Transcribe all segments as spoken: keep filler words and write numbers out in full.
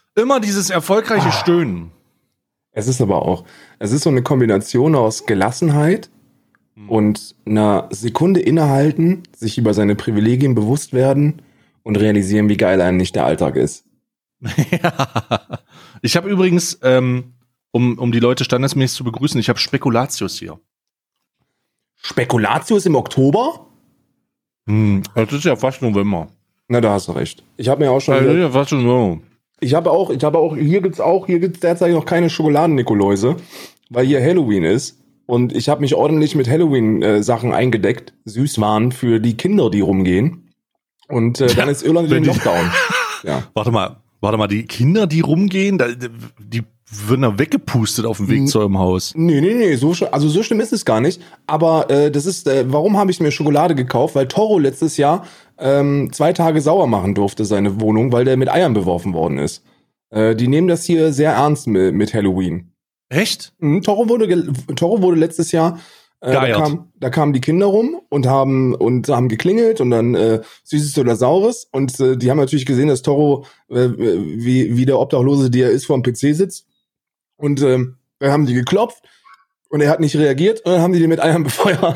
Immer dieses erfolgreiche ah. Stöhnen. Es ist aber auch, es ist so eine Kombination aus Gelassenheit hm. und einer Sekunde innehalten, sich über seine Privilegien bewusst werden und realisieren, wie geil einem nicht der Alltag ist. Ja. Ich habe übrigens, ähm, um, um die Leute standesmäßig zu begrüßen, ich habe Spekulatius hier. Spekulatius im Oktober? Hm, das ist ja fast November. Na, da hast du recht. Ich habe mir auch schon. Ja, ja, fast November. Ich habe auch, ich habe auch, hier gibt's auch, hier gibt's derzeit noch keine Schokoladen-Nikoläuse, weil hier Halloween ist. Und ich habe mich ordentlich mit Halloween-Sachen eingedeckt, Süßwaren für die Kinder, die rumgehen. Und äh, dann ist Irland in Lockdown. Ja. Warte mal, warte mal, die Kinder, die rumgehen, die würden da weggepustet auf dem Weg zu eurem Haus. Nee, nee, nee, so, also so schlimm ist es gar nicht. Aber äh, das ist, äh, warum habe ich mir Schokolade gekauft? Weil Toro letztes Jahr ähm, zwei Tage sauer machen durfte, seine Wohnung, weil der mit Eiern beworfen worden ist. Äh, die nehmen das hier sehr ernst mit, mit Halloween. Echt? Mhm, Toro wurde, ge- Toro wurde letztes Jahr, äh, da, kam, da kamen die Kinder rum und haben und haben geklingelt und dann äh, Süßes oder Saures. Und äh, die haben natürlich gesehen, dass Toro, äh, wie, wie der Obdachlose, der ist, vor dem P C sitzt. Und ähm, dann haben die geklopft und er hat nicht reagiert und dann haben die den mit Eiern befeuert.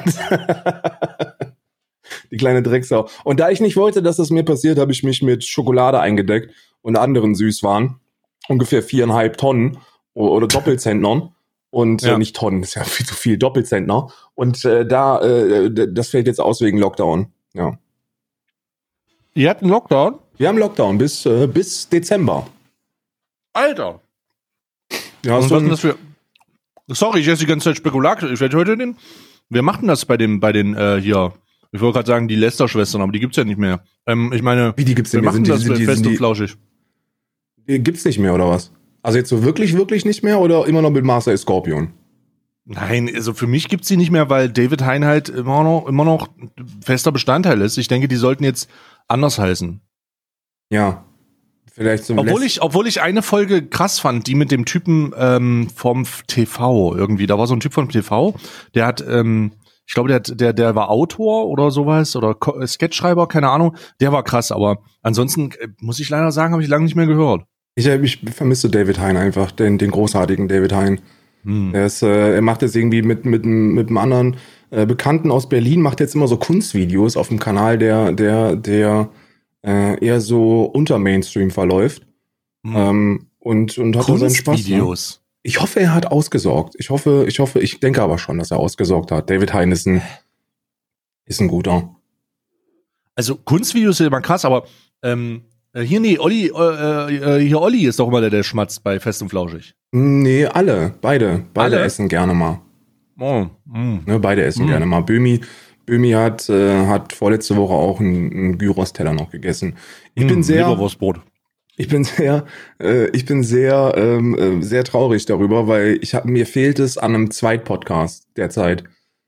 Die kleine Drecksau. Und da ich nicht wollte, dass das mir passiert, habe ich mich mit Schokolade eingedeckt und anderen Süßwaren. Ungefähr viereinhalb Tonnen oder Doppelzentnern. Und ja. äh, nicht Tonnen, ist ja viel zu viel, Doppelzentner. Und äh, da, äh, das fällt jetzt aus wegen Lockdown. Ja. Ihr habt einen Lockdown? Wir haben Lockdown bis, äh, bis Dezember. Alter! Ja, was so ist denn das für. Sorry, ich esse die ganze Zeit Spekulatius. Ich werde heute den. Wer macht denn das bei den, bei den, äh, hier? Ich wollte gerade sagen, die Lester-Schwestern, aber die gibt's ja nicht mehr. Ähm, ich meine, wie die gibt's denn wir mehr? machen Sind das die, mit die, Fest die, und Flauschig. Die gibt's nicht mehr, oder was? Also jetzt so wirklich, wirklich nicht mehr oder immer noch mit Master Scorpion? Nein, also für mich gibt's die nicht mehr, weil David Hein halt immer noch, immer noch fester Bestandteil ist. Ich denke, die sollten jetzt anders heißen. Ja. Vielleicht zum obwohl ich, obwohl ich eine Folge krass fand, die mit dem Typen ähm, vom T V irgendwie. Da war so ein Typ vom T V, der hat, ähm, ich glaube, der, hat, der, der war Autor oder sowas oder Ko- Sketchschreiber, keine Ahnung. Der war krass, aber ansonsten äh, muss ich leider sagen, habe ich lange nicht mehr gehört. Ich, ich vermisse David Hein einfach, den, den großartigen David Hein. Hm. Er, ist, äh, er macht jetzt irgendwie mit mit mit einem anderen äh, Bekannten aus Berlin, macht jetzt immer so Kunstvideos auf dem Kanal, der der der äh, eher so unter Mainstream verläuft. Hm. Ähm, und und hat da seinen Spaß. Ne? Ich hoffe, er hat ausgesorgt. Ich hoffe, ich hoffe, ich denke aber schon, dass er ausgesorgt hat. David Hein ist ein ist ein guter. Also Kunstvideos sind immer krass, aber ähm, hier nee, Olli, äh, hier Olli ist doch immer der, der schmatzt bei Fest und Flauschig. Nee, alle, beide, beide alle? essen gerne mal. Oh, mm. Ne, beide essen mm. gerne mal. Böhmi, Böhmi hat äh, hat vorletzte Woche auch einen, einen Gyros-Teller noch gegessen. Ich mm, bin sehr Leberwurstbrot. Ich bin sehr, äh, ich bin sehr, ähm, sehr traurig darüber, weil ich hab, mir fehlt es an einem Zweitpodcast derzeit.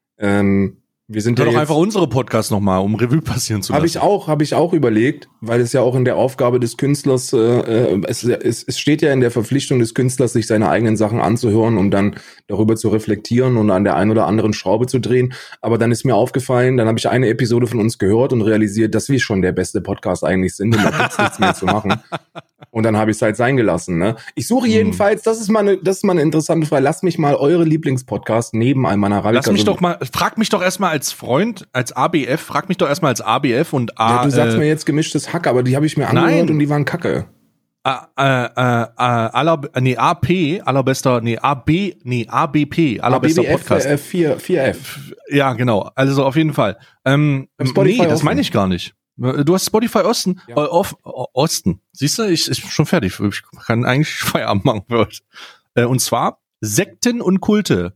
Ähm, wir sind Hör ja doch jetzt, einfach unsere Podcast nochmal, um Revue passieren zu lassen. Habe ich auch, habe ich auch überlegt, weil es ja auch in der Aufgabe des Künstlers, äh, es, es, es steht ja in der Verpflichtung des Künstlers, sich seine eigenen Sachen anzuhören, um dann darüber zu reflektieren und an der einen oder anderen Schraube zu drehen. Aber dann ist mir aufgefallen, dann habe ich eine Episode von uns gehört und realisiert, dass wir schon der beste Podcast eigentlich sind und da gibt's nichts mehr zu machen. Und dann habe ich es halt sein gelassen. Ne? Ich suche jedenfalls, das ist mal eine, das ist mal eine interessante Frage. Lasst mich mal eure Lieblingspodcasts neben einem meiner Lass mich doch mal, frag mich doch erstmal als Freund, als A B F, frag mich doch erstmal als A B F und A. Ja, du sagst äh, mir jetzt gemischtes Hack, aber die habe ich mir angehört nein. und die waren kacke. A, äh, äh, äh, aller, nee, A P, allerbester, nee, A B, nee, A B P, allerbester A B B F, Podcast. Äh, vier, vier F. Ja, genau. Also auf jeden Fall. Ähm, nee, das meine ich gar nicht. Du hast Spotify Osten, ja. äh, off, Osten. Siehst du, ich ich bin schon fertig. Ich kann eigentlich Feierabend machen für heute. Äh, und zwar Sekten und Kulte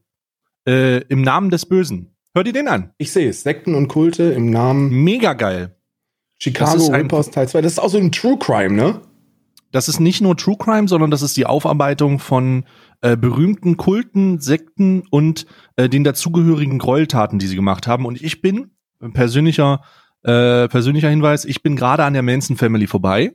äh, im Namen des Bösen. Hört ihr den an? Ich sehe es. Sekten und Kulte im Namen. Mega geil. Chicago Rippers Teil zwei. Das ist auch so ein True Crime, ne? Das ist nicht nur True Crime, sondern das ist die Aufarbeitung von äh, berühmten Kulten, Sekten und äh, den dazugehörigen Gräueltaten, die sie gemacht haben. Und ich bin persönlicher Äh, persönlicher Hinweis, ich bin gerade an der Manson Family vorbei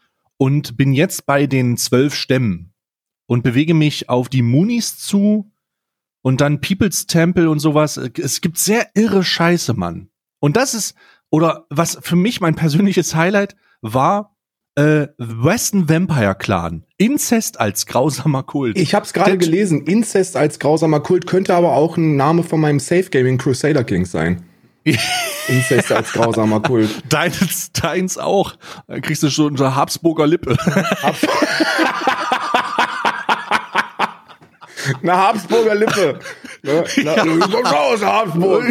und bin jetzt bei den zwölf Stämmen und bewege mich auf die Moonies zu und dann People's Temple und sowas. Es gibt sehr irre Scheiße, Mann. Und das ist, oder was für mich mein persönliches Highlight war, äh, Western Vampire Clan. Inzest als grausamer Kult. Ich hab's gerade gelesen. Inzest als grausamer Kult könnte aber auch ein Name von meinem Safe Gaming Crusader King sein. Inzest als grausamer Kult. Deins, deins auch. Da kriegst du schon eine Habsburger Lippe. Habs- Eine Habsburger Lippe. Ne? Na, ja. Du kommst aus Habsburg.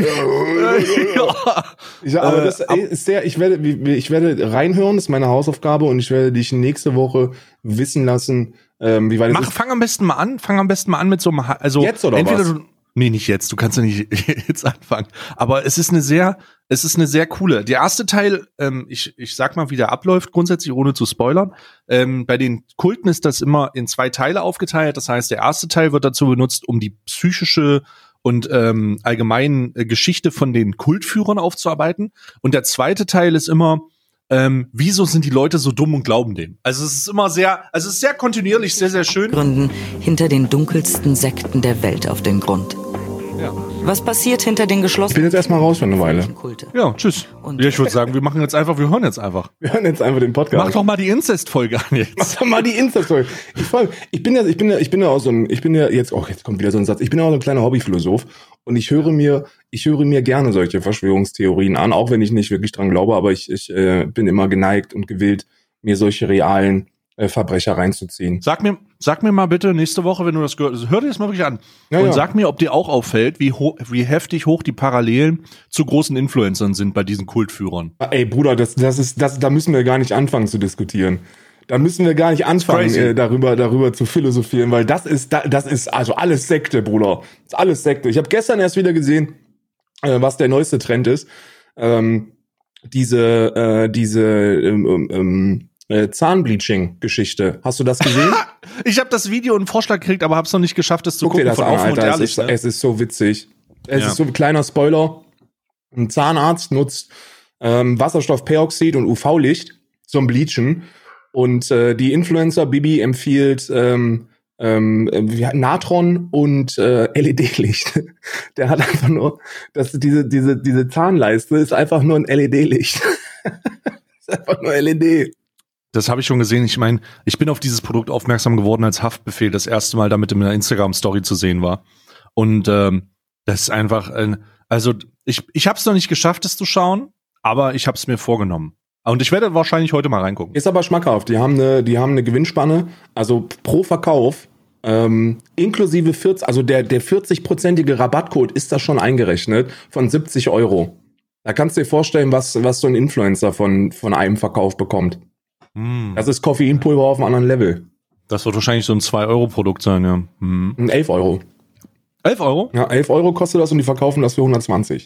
Ja. Ich, aber das ist sehr, ich werde, ich werde reinhören, das ist meine Hausaufgabe und ich werde dich nächste Woche wissen lassen, ähm, wie weit es Mach, ist. Fang am besten mal an, fang am besten mal an mit so einem, also jetzt oder entweder was? Du, nee, nicht jetzt, du kannst ja nicht jetzt anfangen. Aber es ist eine sehr, es ist eine sehr coole. Der erste Teil, ähm, ich, ich sag mal, wie der abläuft, grundsätzlich, ohne zu spoilern. Ähm, bei den Kulten ist das immer in zwei Teile aufgeteilt. Das heißt, der erste Teil wird dazu benutzt, um die psychische und ähm, allgemein äh, Geschichte von den Kultführern aufzuarbeiten. Und der zweite Teil ist immer, ähm, wieso sind die Leute so dumm und glauben dem? Also es ist immer sehr, also es ist sehr kontinuierlich, sehr, sehr schön. Gründen hinter den dunkelsten Sekten der Welt auf den Grund. Ja. Was passiert hinter den Ich bin geschlossenen jetzt erstmal raus für eine Weile. Kulte? Ja, tschüss. Und- ja, ich würde sagen, wir machen jetzt einfach, wir hören jetzt einfach. Wir hören jetzt einfach den Podcast. Mach doch mal die Inzest-Folge an jetzt. Mach doch mal die Insta-Story. Ich freu mich. Ich bin ja, ich bin ja, ich bin ja auch so ein, ich bin ja jetzt, oh, jetzt kommt wieder so ein Satz. Ich bin ja auch so ein kleiner Hobbyphilosoph und ich höre mir, ich höre mir gerne solche Verschwörungstheorien an, auch wenn ich nicht wirklich dran glaube, aber ich, ich äh, bin immer geneigt und gewillt, mir solche realen äh, Verbrecher reinzuziehen. Sag mir, sag mir mal bitte nächste Woche, wenn du das gehört hast, hör dir das mal wirklich an. Ja, und ja. sag mir, ob dir auch auffällt, wie, ho- wie heftig hoch die Parallelen zu großen Influencern sind bei diesen Kultführern. Ey, Bruder, das, das ist, das, da müssen wir gar nicht anfangen zu diskutieren. Da müssen wir gar nicht anfangen, crazy. äh, darüber, darüber zu philosophieren, weil das ist, da- das ist also alles Sekte, Bruder. Das ist alles Sekte. Ich habe gestern erst wieder gesehen, äh, was der neueste Trend ist. Ähm, diese, äh, diese ähm, ähm, äh, Zahnbleaching-Geschichte. Hast du das gesehen? Ich habe das Video einen Vorschlag gekriegt, aber hab's noch nicht geschafft, das zu Guck dir gucken. das Von an, offen und Alter. Es ehrlich, ist, ne? es ist so witzig. Es Ja. ist so ein kleiner Spoiler. Ein Zahnarzt nutzt ähm, Wasserstoffperoxid und U V-Licht zum Bleachen. Und äh, die Influencer Bibi empfiehlt ähm, ähm, wie- Natron und äh, L E D-Licht. Der hat einfach nur, das, diese, diese, diese Zahnleiste ist einfach nur ein L E D-Licht. Ist einfach nur L E D. Das habe ich schon gesehen. Ich meine, ich bin auf dieses Produkt aufmerksam geworden, als Haftbefehl das erste Mal damit in einer Instagram-Story zu sehen war. Und ähm, das ist einfach, ein, also ich, ich habe es noch nicht geschafft, es zu schauen, aber ich habe es mir vorgenommen. Und ich werde wahrscheinlich heute mal reingucken. Ist aber schmackhaft. Die haben eine, die haben eine Gewinnspanne, also pro Verkauf, ähm, inklusive vierzig, also der, der vierzig-prozentige Rabattcode ist da schon eingerechnet von siebzig Euro. Da kannst du dir vorstellen, was, was so ein Influencer von, von einem Verkauf bekommt. Hm. Das ist Koffeinpulver auf einem anderen Level. Das wird wahrscheinlich so ein zwei Euro Produkt sein, ja. Hm. Und elf Euro. elf Euro? Ja, elf Euro kostet das und die verkaufen das für hundertzwanzig.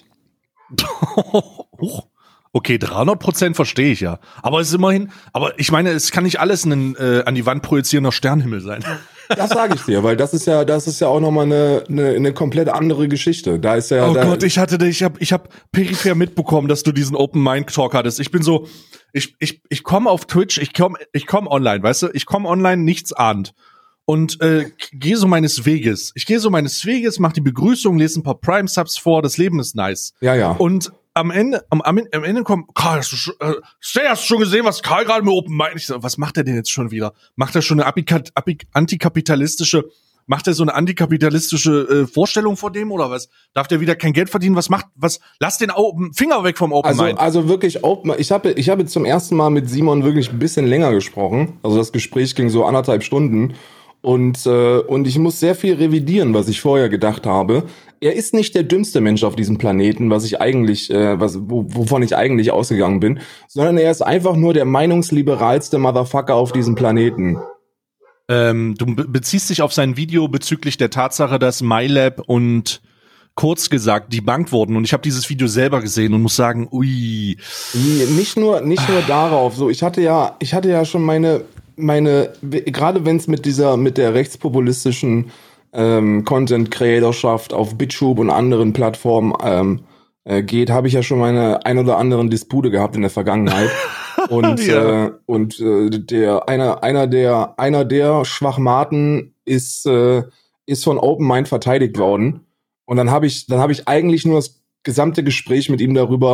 Huch. Okay, dreihundert Prozent verstehe ich ja. Aber es ist immerhin, aber ich meine, es kann nicht alles ein äh, an die Wand projizierender Sternenhimmel sein. Das sage ich dir, weil das ist ja, das ist ja auch nochmal eine, eine, eine komplett andere Geschichte. Da ist ja, Oh da, Gott, ich hatte, ich habe, ich habe peripher mitbekommen, dass du diesen Open Mind Talk hattest. Ich bin so, ich, ich, ich komme auf Twitch, ich komme, ich komme online, weißt du, ich komme online, nichts ahnt und äh, gehe so meines Weges. Ich gehe so meines Weges, mach die Begrüßung, lese ein paar Prime Subs vor, das Leben ist nice. ja, ja. Und am Ende, am, am am Ende kommt, Karl, hast du, schon, äh, Stay, hast du schon gesehen, was Karl gerade mit Open Mind? Ich so, was macht er denn jetzt schon wieder? Macht er schon eine Abika- Abik- antikapitalistische, macht er so eine antikapitalistische äh, Vorstellung vor dem oder was? Darf der wieder kein Geld verdienen? Was macht, was? Lass den Open, Finger weg vom Open Also, Mind. also wirklich, Open, ich habe ich habe zum ersten Mal mit Simon wirklich ein bisschen länger gesprochen. Also das Gespräch ging so anderthalb Stunden. Und, äh, und ich muss sehr viel revidieren, was ich vorher gedacht habe. Er ist nicht der dümmste Mensch auf diesem Planeten, was ich eigentlich, äh, was, wo, wovon ich eigentlich ausgegangen bin, sondern er ist einfach nur der meinungsliberalste Motherfucker auf diesem Planeten. Ähm, du be- beziehst dich auf sein Video bezüglich der Tatsache, dass MyLab und kurz gesagt debunked wurden. Und ich habe dieses Video selber gesehen und muss sagen, ui. Nicht nur, nicht nur darauf. So, ich hatte ja, ich hatte ja schon meine, meine, gerade wenn es mit dieser, mit der rechtspopulistischen ähm, Content-Creatorschaft auf BitTube und anderen Plattformen ähm, äh, geht, habe ich ja schon meine ein oder anderen Dispute gehabt in der Vergangenheit. Und Ja. äh, und äh, der einer einer der einer der Schwachmaten ist äh, ist von Open Mind verteidigt worden. Und dann habe ich dann habe ich eigentlich nur das gesamte Gespräch mit ihm darüber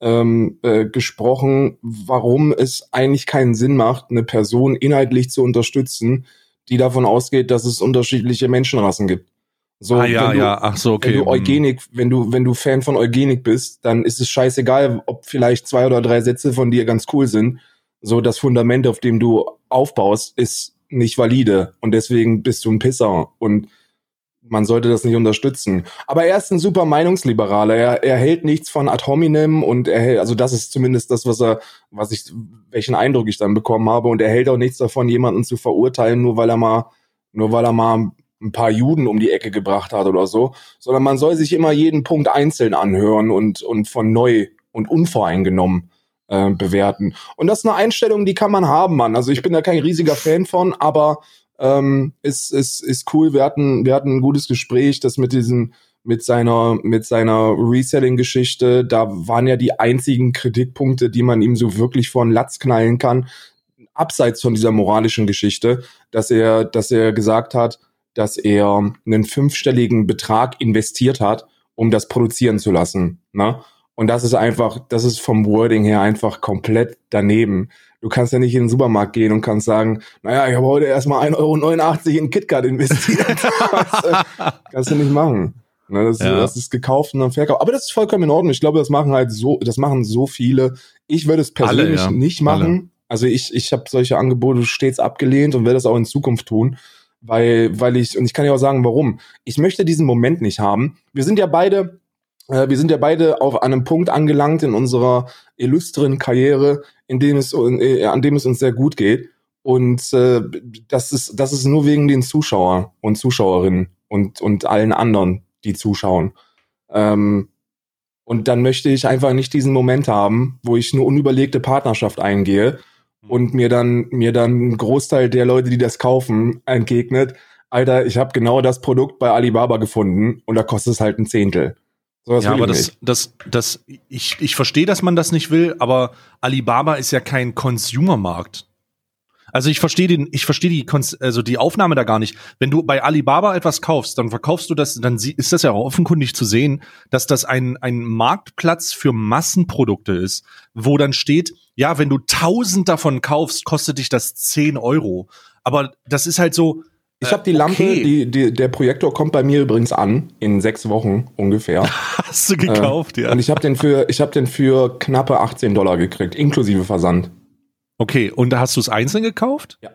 ähm, äh, gesprochen, warum es eigentlich keinen Sinn macht, eine Person inhaltlich zu unterstützen, die davon ausgeht, dass es unterschiedliche Menschenrassen gibt. So, ah ja, wenn du, ja, ach so, okay. Wenn du Eugenik, wenn du, wenn du Fan von Eugenik bist, dann ist es scheißegal, ob vielleicht zwei oder drei Sätze von dir ganz cool sind. So, das Fundament, auf dem du aufbaust, ist nicht valide und deswegen bist du ein Pisser und man sollte das nicht unterstützen. Aber er ist ein super Meinungsliberaler. Er, er hält nichts von ad hominem und er hält, also das ist zumindest das, was er, was ich, welchen Eindruck ich dann bekommen habe. Und er hält auch nichts davon, jemanden zu verurteilen, nur weil er mal, nur weil er mal ein paar Juden um die Ecke gebracht hat oder so. Sondern man soll sich immer jeden Punkt einzeln anhören und, und von neu und unvoreingenommen äh, bewerten. Und das ist eine Einstellung, die kann man haben, Mann. Also ich bin da kein riesiger Fan von, aber Ähm, ist, ist, ist cool. Wir hatten, wir hatten ein gutes Gespräch, das mit diesem, mit seiner, mit seiner Reselling-Geschichte. Da waren ja die einzigen Kritikpunkte, die man ihm so wirklich vor den Latz knallen kann, abseits von dieser moralischen Geschichte, dass er, dass er gesagt hat, dass er einen fünfstelligen Betrag investiert hat, um das produzieren zu lassen, ne? Und das ist einfach, das ist vom Wording her einfach komplett daneben. Du kannst ja nicht in den Supermarkt gehen und kannst sagen, naja, ich habe heute erstmal ein Euro neunundachtzig in KitKat investiert. das, äh, kannst du nicht machen. Ne, das, ja. das ist gekauft und dann verkauft. Aber das ist vollkommen in Ordnung. Ich glaube, das machen halt so, das machen so viele. Ich würde es persönlich Alle, ja. nicht machen. Alle. Also ich, ich habe solche Angebote stets abgelehnt und werde das auch in Zukunft tun. Weil, weil ich, und ich kann ja auch sagen, warum. Ich möchte diesen Moment nicht haben. Wir sind ja beide, äh, wir sind ja beide auf einem Punkt angelangt in unserer illustren Karriere, in dem es, äh, an dem es uns sehr gut geht. Und äh, das ist, das ist nur wegen den Zuschauer und Zuschauerinnen und, und allen anderen, die zuschauen. Ähm, und dann möchte ich einfach nicht diesen Moment haben, wo ich eine unüberlegte Partnerschaft eingehe und mir dann mir dann ein Großteil der Leute, die das kaufen, entgegnet, Alter, ich habe genau das Produkt bei Alibaba gefunden und da kostet es halt ein Zehntel. So, das ja, aber das, das, das, ich, ich verstehe, dass man das nicht will, aber Alibaba ist ja kein Consumermarkt. Also ich verstehe den, ich verstehe die, also die Aufnahme da gar nicht. Wenn du bei Alibaba etwas kaufst, dann verkaufst du das, dann ist das ja auch offenkundig zu sehen, dass das ein, ein Marktplatz für Massenprodukte ist, wo dann steht, ja, wenn du tausend davon kaufst, kostet dich das zehn Euro. Aber das ist halt so. Ich habe die Lampe, okay. die, die, der Projektor kommt bei mir übrigens an, in sechs Wochen ungefähr. Hast du gekauft, äh, ja. Und ich habe den für, ich habe den für knappe achtzehn Dollar gekriegt, inklusive Versand. Okay, und hast du es einzeln gekauft? Ja.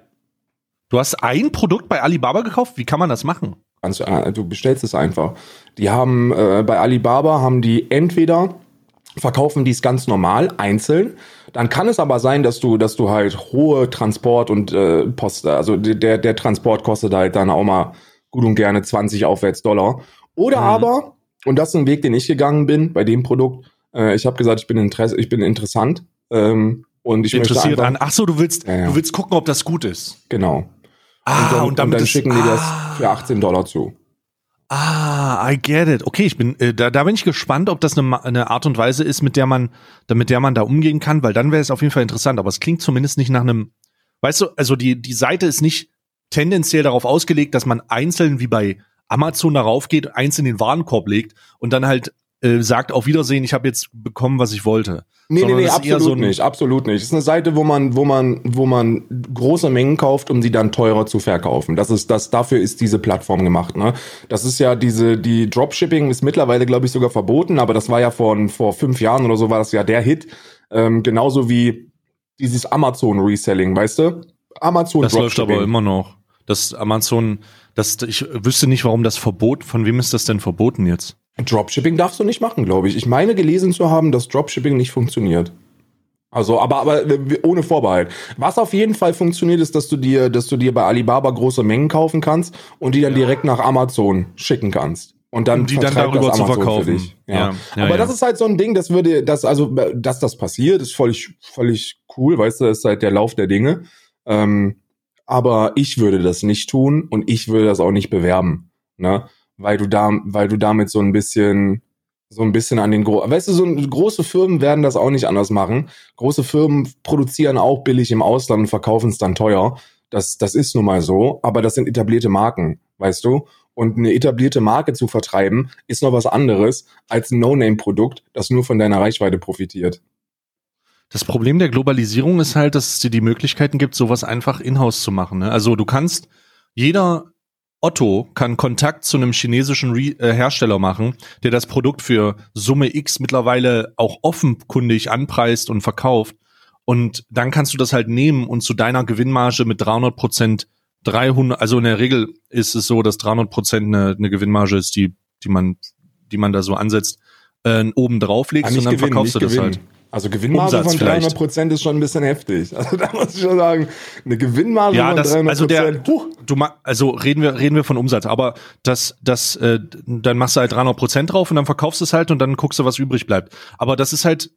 Du hast ein Produkt bei Alibaba gekauft? Wie kann man das machen? Also, äh, du bestellst es einfach. Die haben, äh, bei Alibaba haben die entweder verkaufen die es ganz normal, einzeln. Dann kann es aber sein, dass du, dass du halt hohe Transport und äh, Post, also der, der Transport kostet halt dann auch mal gut und gerne zwanzig aufwärts Dollar. Oder mhm. aber, und das ist ein Weg, den ich gegangen bin bei dem Produkt, äh, ich habe gesagt, ich bin Interesse, ich bin interessant, ähm, und ich interessiert möchte einfach, an. Ach so, du willst, ja, ja. du willst gucken, ob das gut ist. Genau. Ah, und dann, und, damit und dann das, schicken ah, die das für achtzehn Dollar zu. Ah, I get it. Okay, ich bin, äh, da, da bin ich gespannt, ob das eine, eine Art und Weise ist, mit der man, mit der man da umgehen kann, weil dann wäre es auf jeden Fall interessant. Aber es klingt zumindest nicht nach einem, weißt du, also die, die Seite ist nicht tendenziell darauf ausgelegt, dass man einzeln wie bei Amazon darauf geht, eins in den Warenkorb legt und dann halt äh, sagt, auf Wiedersehen, ich habe jetzt bekommen, was ich wollte. Nee, nee, nee, absolut so nicht, absolut nicht. Es ist eine Seite, wo man, wo man, wo man große Mengen kauft, um sie dann teurer zu verkaufen. Das ist, das, dafür ist diese Plattform gemacht, ne? Das ist ja diese, die Dropshipping ist mittlerweile, glaube ich, sogar verboten, aber das war ja vor, vor fünf Jahren oder so war das ja der Hit. Ähm, genauso wie dieses Amazon Reselling, weißt du? Amazon Das läuft aber immer noch. Das Amazon, das, ich wüsste nicht, warum das Verbot, von wem ist das denn verboten jetzt? Dropshipping darfst du nicht machen, glaube ich. Ich meine gelesen zu haben, dass Dropshipping nicht funktioniert. Also, aber, aber ohne Vorbehalt. Was auf jeden Fall funktioniert, ist, dass du dir, dass du dir bei Alibaba große Mengen kaufen kannst und die dann ja. direkt nach Amazon schicken kannst. Und dann um die dann darüber zu verkaufen. Ja. Ja. Ja, aber ja. das ist halt so ein Ding, das würde, das, also, dass das passiert, ist völlig, völlig cool, weißt du, das ist halt der Lauf der Dinge. Ähm, aber ich würde das nicht tun und ich würde das auch nicht bewerben, ne? Weil du da, weil du damit so ein bisschen, so ein bisschen an den Gro- weißt du, so große Firmen werden das auch nicht anders machen. Große Firmen produzieren auch billig im Ausland und verkaufen es dann teuer. Das, das ist nun mal so, aber das sind etablierte Marken, weißt du? Und eine etablierte Marke zu vertreiben, ist noch was anderes als ein No-Name-Produkt, das nur von deiner Reichweite profitiert. Das Problem der Globalisierung ist halt, dass es dir die Möglichkeiten gibt, sowas einfach in-house zu machen. Ne? Also du kannst, jeder Otto kann Kontakt zu einem chinesischen Re- äh, Hersteller machen, der das Produkt für Summe X mittlerweile auch offenkundig anpreist und verkauft. Und dann kannst du das halt nehmen und zu deiner Gewinnmarge mit dreihundert Prozent, dreihundert, also in der Regel ist es so, dass dreihundert Prozent eine, eine Gewinnmarge ist, die, die man, die man da so ansetzt, äh, oben drauf legst Ah, und dann Gewinn, verkaufst du das Gewinn. halt. Also Gewinnmarge Umsatz von dreihundert Prozent ist schon ein bisschen heftig. Also da muss ich schon sagen, eine Gewinnmarge Ja, von das, dreihundert Prozent. also der, Huch. du ma, also reden wir, reden wir von Umsatz, aber das, das, äh, dann machst du halt dreihundert Prozent drauf und dann verkaufst du es halt und dann guckst du, was übrig bleibt. Aber das ist halt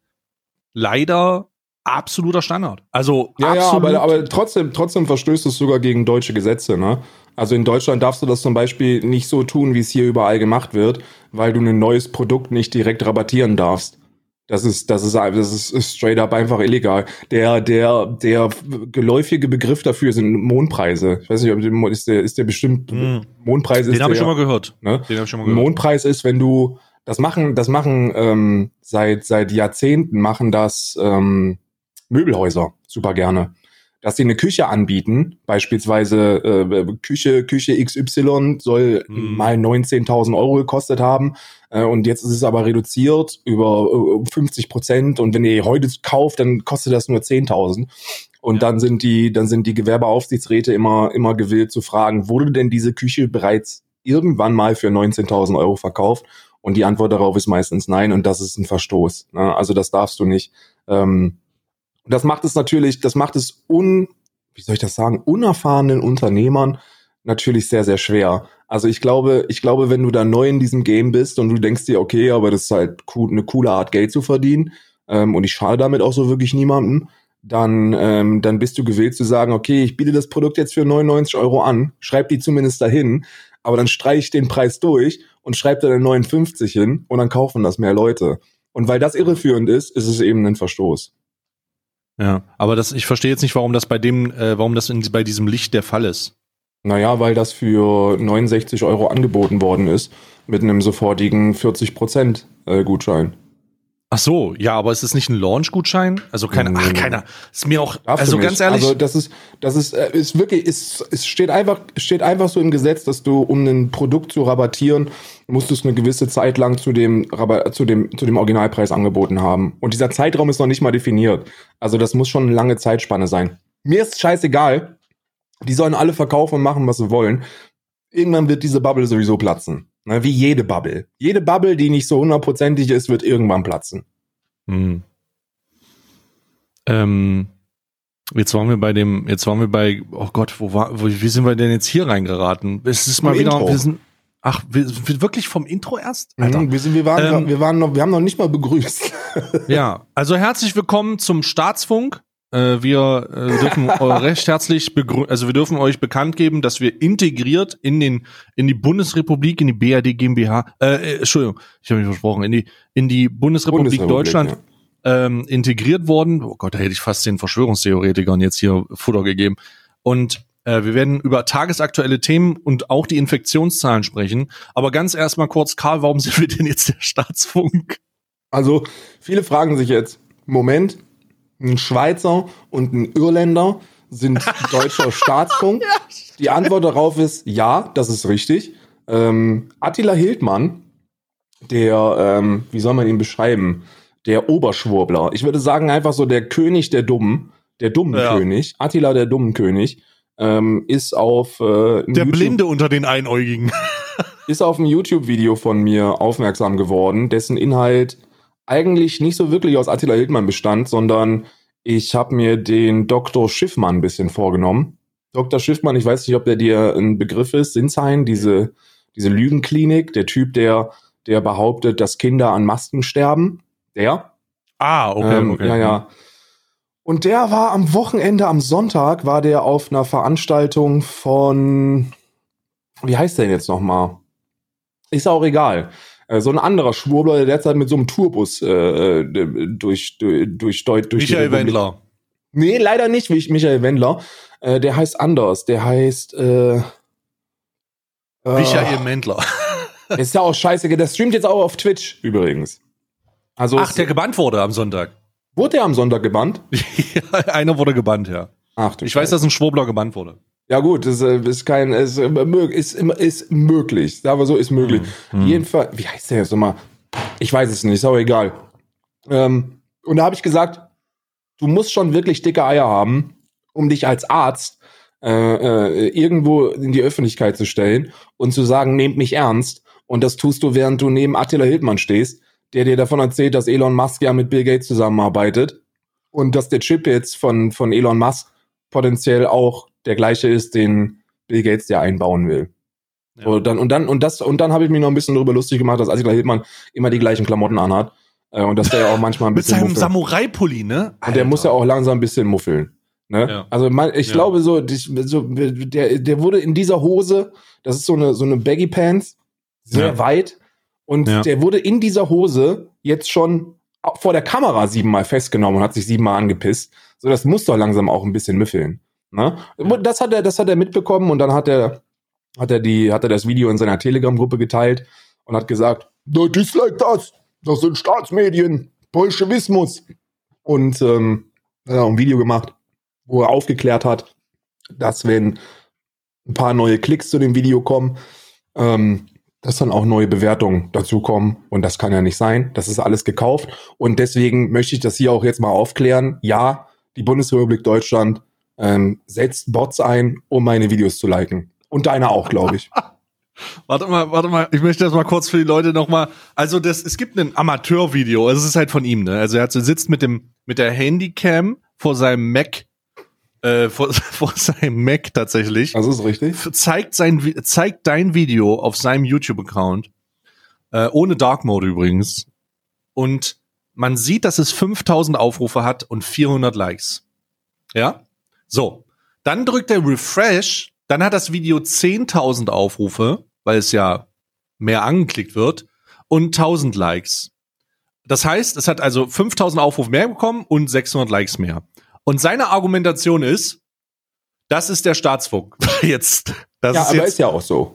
leider absoluter Standard. Also Ja, ja, absolut. aber, aber trotzdem, trotzdem verstößt es sogar gegen deutsche Gesetze, ne? Also in Deutschland darfst du das zum Beispiel nicht so tun, wie es hier überall gemacht wird, weil du ein neues Produkt nicht direkt rabattieren darfst. Das ist, das ist, das ist, ist straight up einfach illegal. Der, der, der geläufige Begriff dafür sind Mondpreise. Ich weiß nicht, ob ist der, ist der bestimmt, Mm. Mondpreise ist Den habe ich der, schon mal gehört. ne? Den habe ich schon mal Ein gehört. Mondpreis ist, wenn du, das machen, das machen, ähm, seit, seit Jahrzehnten machen das, ähm, Möbelhäuser super gerne. Dass sie eine Küche anbieten, beispielsweise äh, Küche Küche X Y soll Hm. mal neunzehntausend Euro gekostet haben äh, und jetzt ist es aber reduziert über äh, fünfzig Prozent und wenn ihr heute kauft, dann kostet das nur zehntausend und Ja. dann sind die dann sind die Gewerbeaufsichtsräte immer immer gewillt zu fragen, wurde denn diese Küche bereits irgendwann mal für neunzehntausend Euro verkauft? Und die Antwort darauf ist meistens nein und das ist ein Verstoß. Ne? Also das darfst du nicht. Ähm, Das macht es natürlich, das macht es un, wie soll ich das sagen, unerfahrenen Unternehmern natürlich sehr, sehr schwer. Also ich glaube, ich glaube, wenn du da neu in diesem Game bist und du denkst dir, okay, aber das ist halt cool, eine coole Art, Geld zu verdienen, ähm, und ich schade damit auch so wirklich niemandem, dann, ähm, dann bist du gewillt zu sagen, okay, ich biete das Produkt jetzt für neunundneunzig Euro an, schreib die zumindest dahin, aber dann streich ich den Preis durch und schreib da dann neunundfünfzig hin und dann kaufen das mehr Leute. Und weil das irreführend ist, ist es eben ein Verstoß. Ja, aber das, ich verstehe jetzt nicht, warum das bei dem, äh, warum das in, bei diesem Licht der Fall ist. Naja, weil das für neunundsechzig Euro angeboten worden ist, mit einem sofortigen vierzig Prozent äh, Gutschein. Ach so, ja, aber ist es nicht ein Launch-Gutschein? Also keine, ach, keiner. Ist mir auch, Darfst also du ganz nicht. ehrlich. Also das ist, das ist, äh, ist wirklich, ist, es steht einfach, steht einfach so im Gesetz, dass du, um ein Produkt zu rabattieren, musst du es eine gewisse Zeit lang zu dem, Rabatt, zu dem, zu dem Originalpreis angeboten haben. Und dieser Zeitraum ist noch nicht mal definiert. Also das muss schon eine lange Zeitspanne sein. Mir ist scheißegal. Die sollen alle verkaufen und machen, was sie wollen. Irgendwann wird diese Bubble sowieso platzen. Ne, wie jede Bubble. Jede Bubble, die nicht so hundertprozentig ist, wird irgendwann platzen. Hm. Ähm, jetzt waren wir bei dem, jetzt waren wir bei, oh Gott, wo war, wo, wie sind wir denn jetzt hier reingeraten? Es ist mal Vom wieder, Intro. wir sind, ach, wir, wir wirklich vom Intro erst? Alter. Mhm, wir, sind, wir, waren, Ähm, wir, waren noch, wir haben noch nicht mal begrüßt. Ja, also herzlich willkommen zum Staatsfunk. Äh, wir äh, dürfen äh, recht herzlich begrü- also wir dürfen euch bekannt geben, dass wir integriert in den in die Bundesrepublik, in die B R D GmbH, äh, äh Entschuldigung, ich habe mich versprochen, in die in die Bundesrepublik, Bundesrepublik, Deutschland ähm, integriert worden. Oh Gott, da hätte ich fast den Verschwörungstheoretikern jetzt hier Futter gegeben. Und äh, wir werden über tagesaktuelle Themen und auch die Infektionszahlen sprechen. Aber ganz erstmal kurz, Karl, warum sind wir denn jetzt der Staatsfunk? Also, viele fragen sich jetzt, Moment, ein Schweizer und ein Irländer sind deutscher Staatsfunk? Die Antwort darauf ist, ja, das ist richtig. Ähm, Attila Hildmann, der, ähm, wie soll man ihn beschreiben? Der Oberschwurbler. Ich würde sagen, einfach so der König der Dummen, der dummen Ja. König, Attila der dummen König, ähm, ist auf äh, ein Der YouTube- Blinde unter den Einäugigen. ist auf ein YouTube-Video von mir aufmerksam geworden, dessen Inhalt eigentlich nicht so wirklich aus Attila Hildmann bestand, sondern ich habe mir den Doktor Schiffmann ein bisschen vorgenommen. Doktor Schiffmann, ich weiß nicht, ob der dir ein Begriff ist, Sinsheim, diese, diese Lügenklinik, der Typ, der, der behauptet, dass Kinder an Masken sterben. Der? Ah, okay, ähm, okay. Ja, ja. Und der war am Wochenende, am Sonntag, war der auf einer Veranstaltung von, wie heißt der denn jetzt nochmal? Ist auch egal. Äh, So ein anderer Schwurbler, der derzeit mit so einem Tourbus äh, durch, durch, durch, durch die Michael Republik- Wendler. Nee, leider nicht, wie ich Michael Wendler. Äh, der heißt anders. Der heißt, äh, Michael Mendler. Ist ja auch scheiße. Der streamt jetzt auch auf Twitch übrigens. Also Ach, der gebannt wurde am Sonntag. Wurde der am Sonntag gebannt? Ja, einer wurde gebannt, ja. Ach, du ich weiß, dass ein Schwurbler gebannt wurde. Ja gut, das ist kein, ist, ist, ist möglich. Sagen wir so, ist möglich. Hm. Jedenfalls, wie heißt der jetzt nochmal? Ich weiß es nicht, ist auch egal. Ähm, und da habe ich gesagt, du musst schon wirklich dicke Eier haben, um dich als Arzt äh, äh, irgendwo in die Öffentlichkeit zu stellen und zu sagen, nehmt mich ernst. Und das tust du, während du neben Attila Hildmann stehst, der dir davon erzählt, dass Elon Musk ja mit Bill Gates zusammenarbeitet und dass der Chip jetzt von, von Elon Musk potenziell auch der gleiche ist, den Bill Gates ja einbauen will. Ja. Und dann, und dann, und das, und dann habe ich mich noch ein bisschen darüber lustig gemacht, dass Attila Hildmann immer die gleichen Klamotten anhat. Äh, und dass der ja auch manchmal ein bisschen. Mit seinem Samurai-Pulli, ne? Und der muss ja auch langsam ein bisschen muffeln. Ne? Ja. Also man, ich ja. glaube so, die, so der, der wurde in dieser Hose, das ist so eine, so eine Baggy Pants, sehr ja. weit. Und ja. der wurde in dieser Hose jetzt schon vor der Kamera siebenmal festgenommen und hat sich siebenmal angepisst. So, das muss doch langsam auch ein bisschen müffeln. Ne? Ja. Das hat er, das hat er mitbekommen und dann hat er, hat er die, hat er das Video in seiner Telegram-Gruppe geteilt und hat gesagt, das ist like das, das sind Staatsmedien, Bolschewismus. Und ähm, hat er auch ein Video gemacht, wo er aufgeklärt hat, dass wenn ein paar neue Klicks zu dem Video kommen, ähm, dass dann auch neue Bewertungen dazu kommen. Und das kann ja nicht sein. Das ist alles gekauft. Und deswegen möchte ich das hier auch jetzt mal aufklären. Ja, die Bundesrepublik Deutschland ähm, setzt Bots ein, um meine Videos zu liken. Und deine auch, glaube ich. Warte mal, warte mal. Ich möchte das mal kurz für die Leute noch mal. Also das, es gibt ein Amateurvideo. Also es ist halt von ihm, ne? Also er hat, sitzt mit dem mit der Handycam vor seinem Mac. Äh, vor, vor seinem Mac tatsächlich. Das ist richtig. Zeigt sein, zeigt dein Video auf seinem YouTube-Account. Äh, ohne Dark Mode übrigens. Und man sieht, dass es fünftausend Aufrufe hat und vierhundert Likes. Ja? So. Dann drückt er Refresh. Dann hat das Video zehntausend Aufrufe, weil es ja mehr angeklickt wird. Und tausend Likes. Das heißt, es hat also fünftausend Aufrufe mehr bekommen und sechshundert Likes mehr. Und seine Argumentation ist, das ist der Staatsfunk. Jetzt, das ja, ist aber jetzt, ist ja auch so.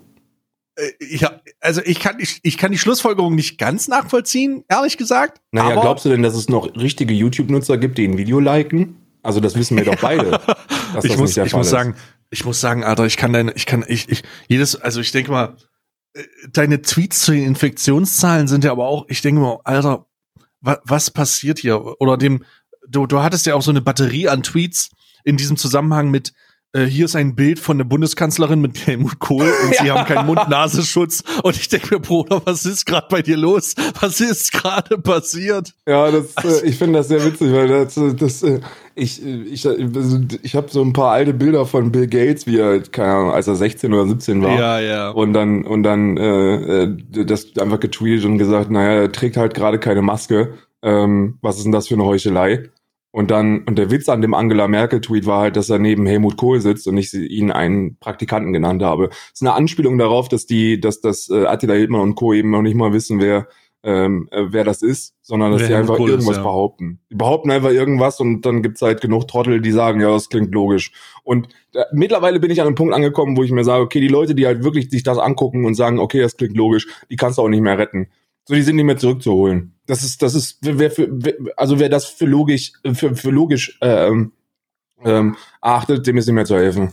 Ich hab, also ich kann, ich, ich kann die Schlussfolgerung nicht ganz nachvollziehen, ehrlich gesagt. Naja, aber glaubst du denn, dass es noch richtige YouTube-Nutzer gibt, die ein Video liken? Also das wissen wir doch beide. Dass ich das muss, nicht der ich Fall muss ist. sagen, ich muss sagen, Alter, ich kann deine, ich kann, ich, ich, jedes, also ich denke mal, deine Tweets zu den Infektionszahlen sind ja aber auch, ich denke mal, Alter, wa, was passiert hier? Oder dem, Du, du hattest ja auch so eine Batterie an Tweets in diesem Zusammenhang mit, äh, hier ist ein Bild von der Bundeskanzlerin mit Helmut Kohl und ja. sie haben keinen Mund-Nasenschutz. Und ich denke mir, Bruder, was ist gerade bei dir los? Was ist gerade passiert? Ja, das, also, äh, ich finde das sehr witzig, weil das, das äh, ich, ich, ich, ich habe so ein paar alte Bilder von Bill Gates, wie er, keine Ahnung, als er sechzehn oder siebzehn war. Ja, ja. Und dann, und dann äh, das einfach getweetet und gesagt, naja, er trägt halt gerade keine Maske. Ähm, was ist denn das für eine Heuchelei? Und dann, und der Witz an dem Angela Merkel-Tweet war halt, dass er neben Helmut Kohl sitzt und ich ihn einen Praktikanten genannt habe. Das ist eine Anspielung darauf, dass die, dass das äh, Attila Hildmann und Co. eben noch nicht mal wissen, wer ähm, äh, wer das ist, sondern dass die einfach irgendwas ist, ja. behaupten. Die behaupten einfach irgendwas und dann gibt's halt genug Trottel, die sagen, ja, das klingt logisch. Und da, mittlerweile bin ich an einem Punkt angekommen, wo ich mir sage, okay, die Leute, die halt wirklich sich das angucken und sagen, okay, das klingt logisch, die kannst du auch nicht mehr retten. So, die sind nicht mehr zurückzuholen. Das ist, das ist, wer für, wer, also wer das für logisch, für, für logisch ähm, ähm, achtet, dem ist nicht mehr zu helfen.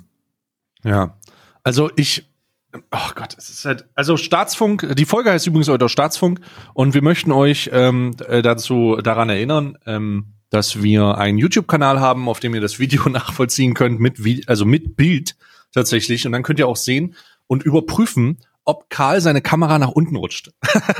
Ja, also ich, oh Gott, es ist halt, also Staatsfunk, die Folge heißt übrigens heute Staatsfunk und wir möchten euch ähm, dazu daran erinnern, ähm, dass wir einen YouTube-Kanal haben, auf dem ihr das Video nachvollziehen könnt, mit Vi- also mit Bild tatsächlich, und dann könnt ihr auch sehen und überprüfen, ob Karl seine Kamera nach unten rutscht.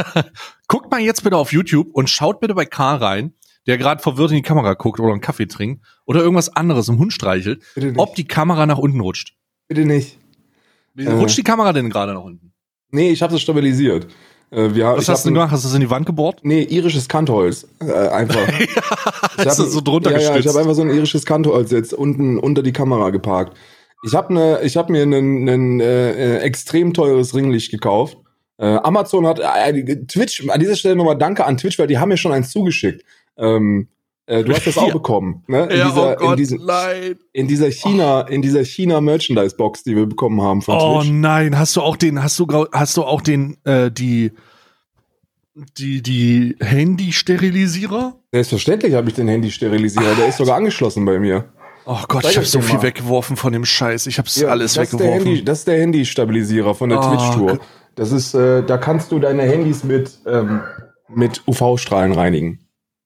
Guckt mal jetzt bitte auf YouTube und schaut bitte bei Karl rein, der gerade verwirrt in die Kamera guckt oder einen Kaffee trinkt oder irgendwas anderes, im Hund streichelt, ob die Kamera nach unten rutscht. Bitte nicht. Wie rutscht äh. die Kamera denn gerade nach unten? Nee, ich habe es stabilisiert. Äh, wir, Was hast du denn gemacht? Hast du es in die Wand gebohrt? Nee, irisches Kantholz. Äh, einfach. ja, ich hast hab, du so drunter ja, gestützt? Ja, ich habe einfach so ein irisches Kantholz jetzt unten unter die Kamera geparkt. Ich habe ne, ich habe mir ein äh, äh, extrem teures Ringlicht gekauft. Äh, Amazon hat äh, Twitch, an dieser Stelle nochmal danke an Twitch, weil die haben mir schon eins zugeschickt. Ähm, Äh, du hast das auch ja. bekommen, ne? In ja, dieser, oh Gott, in diesem, nein. In dieser China, oh. in dieser China-Merchandise-Box, die wir bekommen haben von Oh Twitch. nein, hast du auch den, hast du, hast du auch den, äh, die, die, die Handy-Sterilisierer? Selbstverständlich habe ich den Handy-Sterilisierer, der ist sogar angeschlossen bei mir. Oh Gott, ich habe so viel mal. weggeworfen von dem Scheiß. Ich hab's ja, alles das weggeworfen. Ist Handy, das ist der Handy-Stabilisierer von der oh, Twitch-Tour. Das ist, äh, da kannst du deine Handys mit, ähm, mit U V-Strahlen reinigen.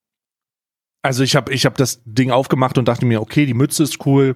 Also ich habe ich hab das Ding aufgemacht und dachte mir, okay, die Mütze ist cool.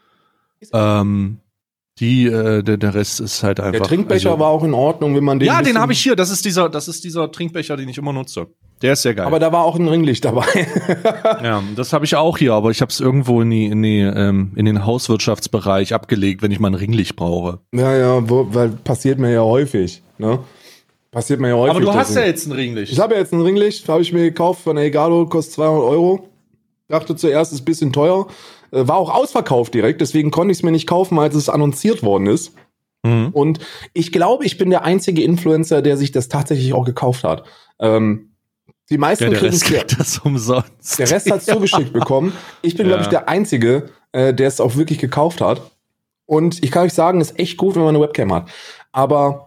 Ähm, die, äh, der, der Rest ist halt einfach. Der Trinkbecher also, war auch in Ordnung, wenn man den. Ja, den habe ich hier. Das ist dieser, das ist dieser Trinkbecher, den ich immer nutze. Der ist sehr geil. Aber da war auch ein Ringlicht dabei. Ja, das habe ich auch hier, aber ich habe es irgendwo in die, in die, ähm, in den Hauswirtschaftsbereich abgelegt, wenn ich mal ein Ringlicht brauche. Ja, ja, wo, weil passiert mir ja häufig, ne? Passiert mir ja häufig. Aber du hast ja jetzt ein Ringlicht. Ich habe ja jetzt ein Ringlicht, habe ich mir gekauft von Elgato, kostet zweihundert Euro. Dachte zuerst, ist ein bisschen teuer. War auch ausverkauft direkt, deswegen konnte ich es mir nicht kaufen, als es annonciert worden ist. Mhm. Und ich glaube, ich bin der einzige Influencer, der sich das tatsächlich auch gekauft hat. Ähm, die meisten ja, der kriegen Rest kriegt das umsonst. Der Rest hat es ja. zugeschickt bekommen. Ich bin, ja. glaube ich, der Einzige, äh, der es auch wirklich gekauft hat. Und ich kann euch sagen, es ist echt gut, wenn man eine Webcam hat. Aber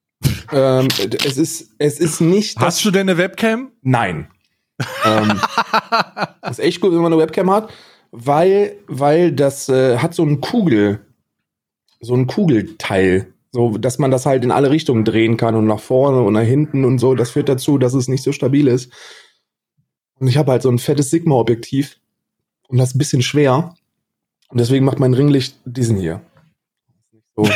ähm, es ist, es ist nicht. Hast du denn eine Webcam? Nein. ähm, ist echt gut, wenn man eine Webcam hat, weil, weil das äh, hat so einen Kugel, so ein Kugelteil, so, dass man das halt in alle Richtungen drehen kann und nach vorne und nach hinten und so. Das führt dazu, dass es nicht so stabil ist. Und ich habe halt so ein fettes Sigma-Objektiv und das ist ein bisschen schwer. Und deswegen macht mein Ringlicht diesen hier. So.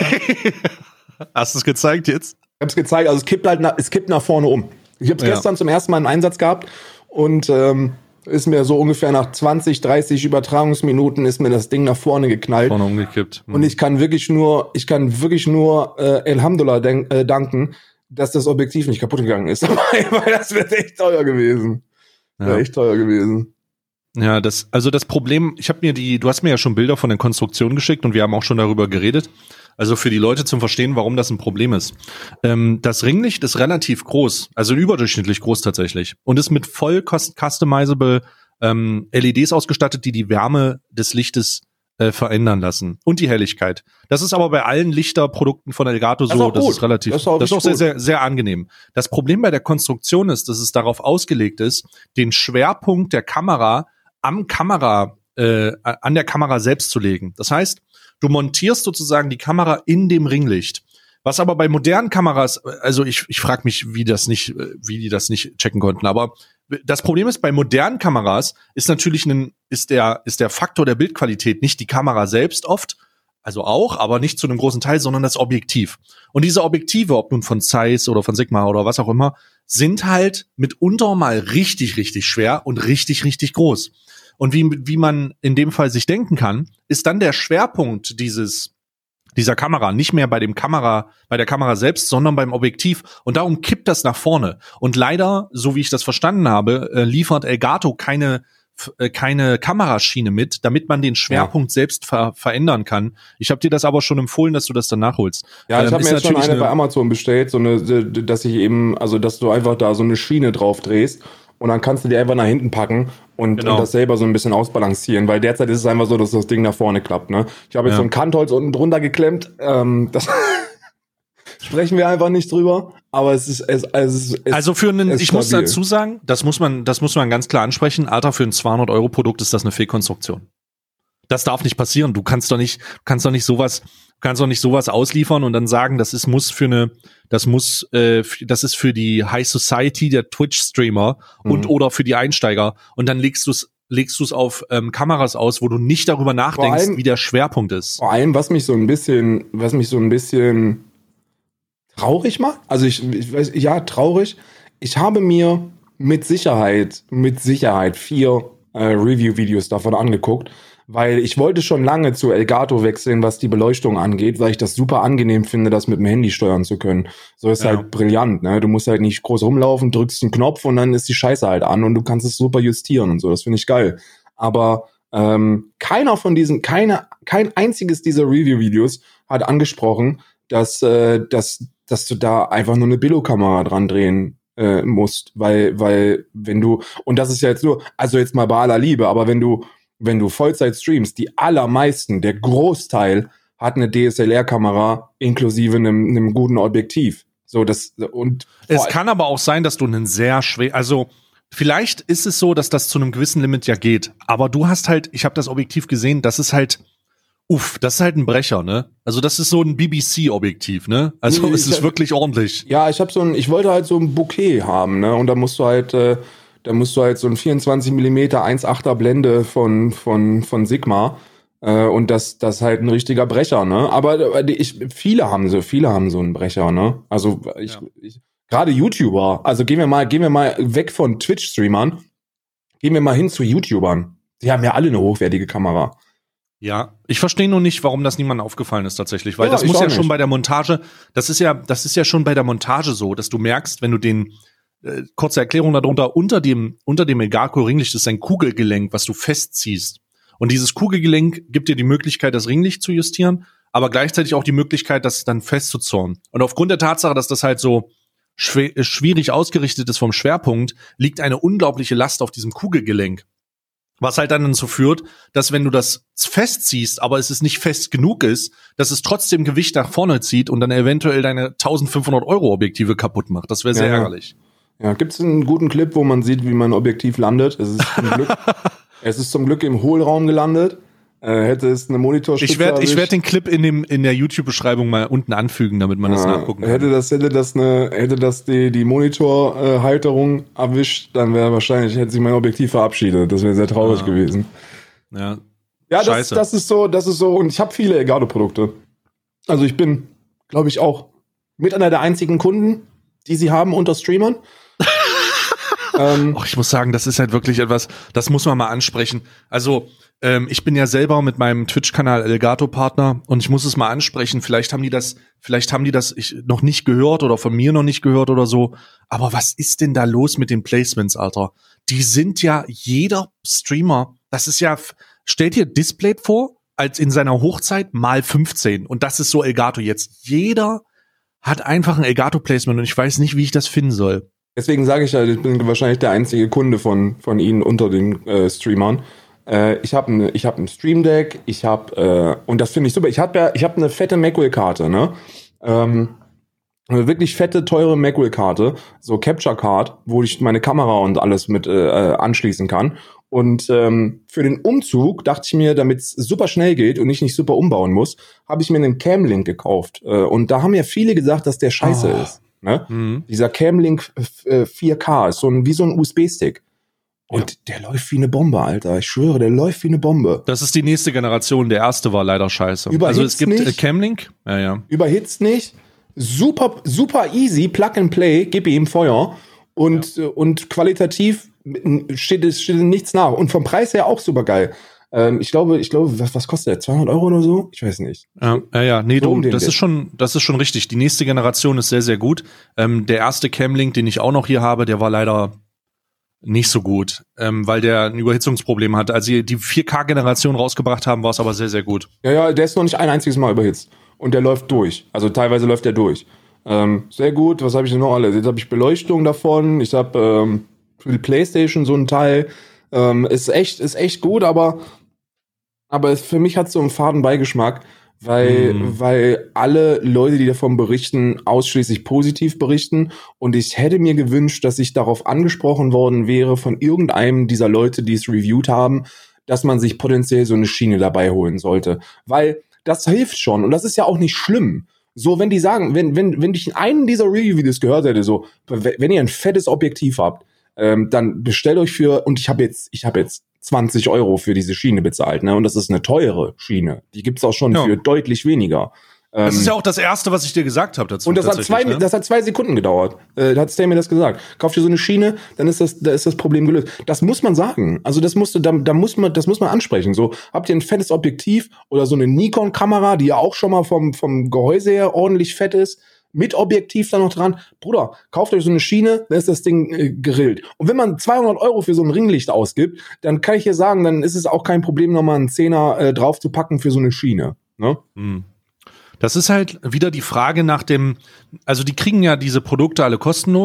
Hast du es gezeigt jetzt? Ich hab's gezeigt, also es kippt halt, nach, es kippt nach vorne um. Ich habe es ja. gestern zum ersten Mal im Einsatz gehabt und ähm, ist mir so ungefähr nach zwanzig, dreißig Übertragungsminuten ist mir das Ding nach vorne geknallt. Vorne umgekippt. Mhm. Und ich kann wirklich nur, ich kann wirklich nur äh, Elhamdulillah denk, äh, danken, dass das Objektiv nicht kaputt gegangen ist. Weil das wäre echt teuer gewesen. Ja. Wäre echt teuer gewesen. Ja, das, also das Problem, ich habe mir die, du hast mir ja schon Bilder von der Konstruktion geschickt und wir haben auch schon darüber geredet. Also für die Leute zum Verstehen, warum das ein Problem ist. Ähm, das Ringlicht ist relativ groß, also überdurchschnittlich groß tatsächlich und ist mit voll customizable ähm, L E Ds ausgestattet, die die Wärme des Lichtes äh, verändern lassen und die Helligkeit. Das ist aber bei allen Lichterprodukten von Elgato so, das, das ist relativ, das ist auch, das ist auch sehr, sehr, sehr angenehm. Das Problem bei der Konstruktion ist, dass es darauf ausgelegt ist, den Schwerpunkt der Kamera am Kamera, äh, an der Kamera selbst zu legen. Das heißt, du montierst sozusagen die Kamera in dem Ringlicht. Was aber bei modernen Kameras, also ich, ich frage mich, wie das nicht, wie die das nicht checken konnten. Aber das Problem ist, bei modernen Kameras ist natürlich ein, ist der, ist der Faktor der Bildqualität nicht die Kamera selbst oft, also auch, aber nicht zu einem großen Teil, sondern das Objektiv. Und diese Objektive, ob nun von Zeiss oder von Sigma oder was auch immer, sind halt mitunter mal richtig, richtig schwer und richtig, richtig groß. Und wie, wie man in dem Fall sich denken kann, ist dann der Schwerpunkt dieses, dieser Kamera nicht mehr bei dem Kamera, bei der Kamera selbst, sondern beim Objektiv. Und darum kippt das nach vorne. Und leider, so wie ich das verstanden habe, äh, liefert Elgato keine, äh, keine Kameraschiene mit, damit man den Schwerpunkt ja. selbst ver- verändern kann. Ich habe dir das aber schon empfohlen, dass du das dann nachholst. Ja, ich ähm, habe mir jetzt schon eine, eine bei Amazon bestellt, so eine, dass ich eben, also dass du einfach da so eine Schiene drauf drehst. Und dann kannst du die einfach nach hinten packen und, genau. und das selber so ein bisschen ausbalancieren. Weil derzeit ist es einfach so, dass das Ding nach vorne klappt. Ne? Ich habe jetzt ja. so ein Kantholz unten drunter geklemmt. Ähm, das sprechen wir einfach nicht drüber. Aber es ist es, es, es Also für einen, ich stabil. muss dazu sagen, das muss man, das muss man ganz klar ansprechen. Alter, für ein zweihundert Euro Produkt ist das eine Fehlkonstruktion. Das darf nicht passieren. Du kannst doch nicht, kannst doch nicht sowas, kannst doch nicht sowas ausliefern und dann sagen, das ist muss für eine, das muss, äh, das ist für die High Society der Twitch-Streamer mhm. und oder für die Einsteiger und dann legst du es, legst du es auf ähm, Kameras aus, wo du nicht darüber nachdenkst, allem, wie der Schwerpunkt ist. Vor allem, was mich so ein bisschen, was mich so ein bisschen traurig macht. Also ich, ich weiß, ja traurig. Ich habe mir mit Sicherheit, mit Sicherheit vier äh, Review-Videos davon angeguckt. Weil ich wollte schon lange zu Elgato wechseln, was die Beleuchtung angeht, weil ich das super angenehm finde, das mit dem Handy steuern zu können. So ist ja. halt brillant, ne? Du musst halt nicht groß rumlaufen, drückst einen Knopf und dann ist die Scheiße halt an und du kannst es super justieren und so. Das finde ich geil. Aber ähm, keiner von diesen, keine, kein einziges dieser Review-Videos hat angesprochen, dass, äh, dass, dass du da einfach nur eine Billo-Kamera dran drehen äh, musst, weil, weil, wenn du, und das ist ja jetzt nur, also jetzt mal bei aller Liebe, aber wenn du, wenn du Vollzeit streamst, die allermeisten, der Großteil hat eine D S L R-Kamera inklusive einem, einem guten Objektiv. So, das, und. Es kann aber auch sein, dass du einen sehr schwer, also, vielleicht ist es so, dass das zu einem gewissen Limit ja geht, aber du hast halt, ich habe das Objektiv gesehen, das ist halt, uff, das ist halt ein Brecher, ne? Also das ist so ein B B C-Objektiv, ne? Also Nee, es ist hab, wirklich ordentlich. Ja, ich habe so ein, ich wollte halt so ein Bouquet haben, ne? Und da musst du halt, äh, da musst du halt so ein vierundzwanzig Millimeter eins Komma achter Blende von von von Sigma äh, und das das halt ein richtiger Brecher, ne? Aber ich, viele haben so, viele haben so einen Brecher, ne? Also ich, ja. ich gerade YouTuber, also gehen wir mal, gehen wir mal weg von Twitch-Streamern, gehen wir mal hin zu YouTubern. Die haben ja alle eine hochwertige Kamera. Ja, ich verstehe nur nicht, warum das niemandem aufgefallen ist tatsächlich, weil ja, das muss ja nicht. schon bei der Montage, das ist ja, das ist ja schon bei der Montage so, dass du merkst, wenn du den, äh, kurze Erklärung darunter, unter dem, unter dem Elgato-Ringlicht ist ein Kugelgelenk, was du festziehst. Und dieses Kugelgelenk gibt dir die Möglichkeit, das Ringlicht zu justieren, aber gleichzeitig auch die Möglichkeit, das dann festzuzurren. Und aufgrund der Tatsache, dass das halt so schw- schwierig ausgerichtet ist vom Schwerpunkt, liegt eine unglaubliche Last auf diesem Kugelgelenk. Was halt dann dazu führt, dass wenn du das festziehst, aber es ist nicht fest genug ist, dass es trotzdem Gewicht nach vorne zieht und dann eventuell deine eintausendfünfhundert Euro Objektive kaputt macht. Das wäre sehr ja. ärgerlich. Ja, gibt es einen guten Clip, wo man sieht, wie mein Objektiv landet? Es ist zum Glück, es ist zum Glück im Hohlraum gelandet. Äh, hätte es eine Monitorstütze. Ich werde ich werd den Clip in dem in der YouTube-Beschreibung mal unten anfügen, damit man ja, das nachgucken kann. Hätte das hätte das eine hätte das die die Monitorhalterung erwischt, dann wäre wahrscheinlich hätte sich mein Objektiv verabschiedet. Das wäre sehr traurig ja. gewesen. Ja. Ja, das, das ist so, das ist so und ich habe viele Elgato-Produkte. Also ich bin, glaube ich, auch mit einer der einzigen Kunden, die sie haben unter Streamern. ähm, oh, ich muss sagen, das ist halt wirklich etwas, das muss man mal ansprechen. Also ähm, ich bin ja selber mit meinem Twitch-Kanal Elgato-Partner und ich muss es mal ansprechen. Vielleicht haben die das, vielleicht haben die das ich, noch nicht gehört oder von mir noch nicht gehört oder so. Aber was ist denn da los mit den Placements, Alter? Die sind ja jeder Streamer. Das ist ja, stellt dir Display vor, als in seiner Hochzeit mal fünfzehn. Und das ist so Elgato jetzt. Jeder hat einfach ein Elgato-Placement und ich weiß nicht, wie ich das finden soll. Deswegen sage ich ja, ich bin wahrscheinlich der einzige Kunde von von Ihnen unter den äh, Streamern. Äh, ich habe ein ich habe ein Stream Deck, ich habe äh, und das finde ich super. Ich habe ja ich habe eine fette Macworld-Karte, ne? Ähm, eine wirklich fette teure Macworld-Karte, so Capture Card, wo ich meine Kamera und alles mit äh, anschließen kann. Und ähm, für den Umzug dachte ich mir, damit es super schnell geht und ich nicht super umbauen muss, habe ich mir einen Camlink gekauft. Äh, und da haben ja viele gesagt, dass der scheiße oh. ist. Ne? Mhm. Dieser Camlink äh, vier K ist so ein, wie so ein U S B-Stick. Und ja. der läuft wie eine Bombe, Alter. Ich schwöre, der läuft wie eine Bombe. Das ist die nächste Generation. Der erste war leider scheiße. Überhitzt also es gibt nicht. Äh, Camlink. Ja, ja. Überhitzt nicht. Super, super easy. Plug and Play. Gib ihm Feuer. Und, ja. und qualitativ steht, steht nichts nach. Und vom Preis her auch super geil. Ähm, ich glaube, ich glaube, was, was kostet der? zweihundert Euro oder so? Ich weiß nicht. Ja, ja, ja. Nee, so du, das ist schon, das ist schon richtig. Die nächste Generation ist sehr, sehr gut. Ähm, der erste Camlink, den ich auch noch hier habe, der war leider nicht so gut, ähm, weil der ein Überhitzungsproblem hat. Als sie die vier K-Generation rausgebracht haben, war es aber sehr, sehr gut. Ja, ja, der ist noch nicht ein einziges Mal überhitzt. Und der läuft durch. Also teilweise läuft der durch. Ähm, sehr gut. Was habe ich denn noch alles? Jetzt habe ich Beleuchtung davon. Ich habe ähm, für die PlayStation so ein Teil. Ähm, ist echt, ist echt gut, aber aber für mich hat es so einen faden Beigeschmack, weil mm. weil alle Leute, die davon berichten, ausschließlich positiv berichten. Und ich hätte mir gewünscht, dass ich darauf angesprochen worden wäre von irgendeinem dieser Leute, die es reviewed haben, dass man sich potenziell so eine Schiene dabei holen sollte. Weil das hilft schon und das ist ja auch nicht schlimm. So, wenn die sagen, wenn wenn wenn ich in einem dieser Review-Videos gehört hätte, so, wenn ihr ein fettes Objektiv habt, ähm, dann bestellt euch für, und ich habe jetzt, ich habe jetzt zwanzig Euro für diese Schiene bezahlt, ne? Und das ist eine teure Schiene. Die gibt's auch schon ja. für deutlich weniger. Das ist ja auch das Erste, was ich dir gesagt habe dazu. Und das hat zwei, ne? das hat zwei Sekunden gedauert. Äh, da hat Stay mir das gesagt. Kauf dir so eine Schiene, dann ist das, da ist das Problem gelöst. Das muss man sagen. Also das musste, da, da muss man, das muss man ansprechen. So, habt ihr ein fettes Objektiv oder so eine Nikon-Kamera, die ja auch schon mal vom, vom Gehäuse her ordentlich fett ist, mit Objektiv da noch dran. Bruder, kauft euch so eine Schiene, dann ist das Ding äh, gerillt. Und wenn man zweihundert Euro für so ein Ringlicht ausgibt, dann kann ich hier sagen, dann ist es auch kein Problem, nochmal einen Zehner äh, drauf zu packen für so eine Schiene. Ne? Mhm. Das ist halt wieder die Frage nach dem, also die kriegen ja diese Produkte alle kostenlos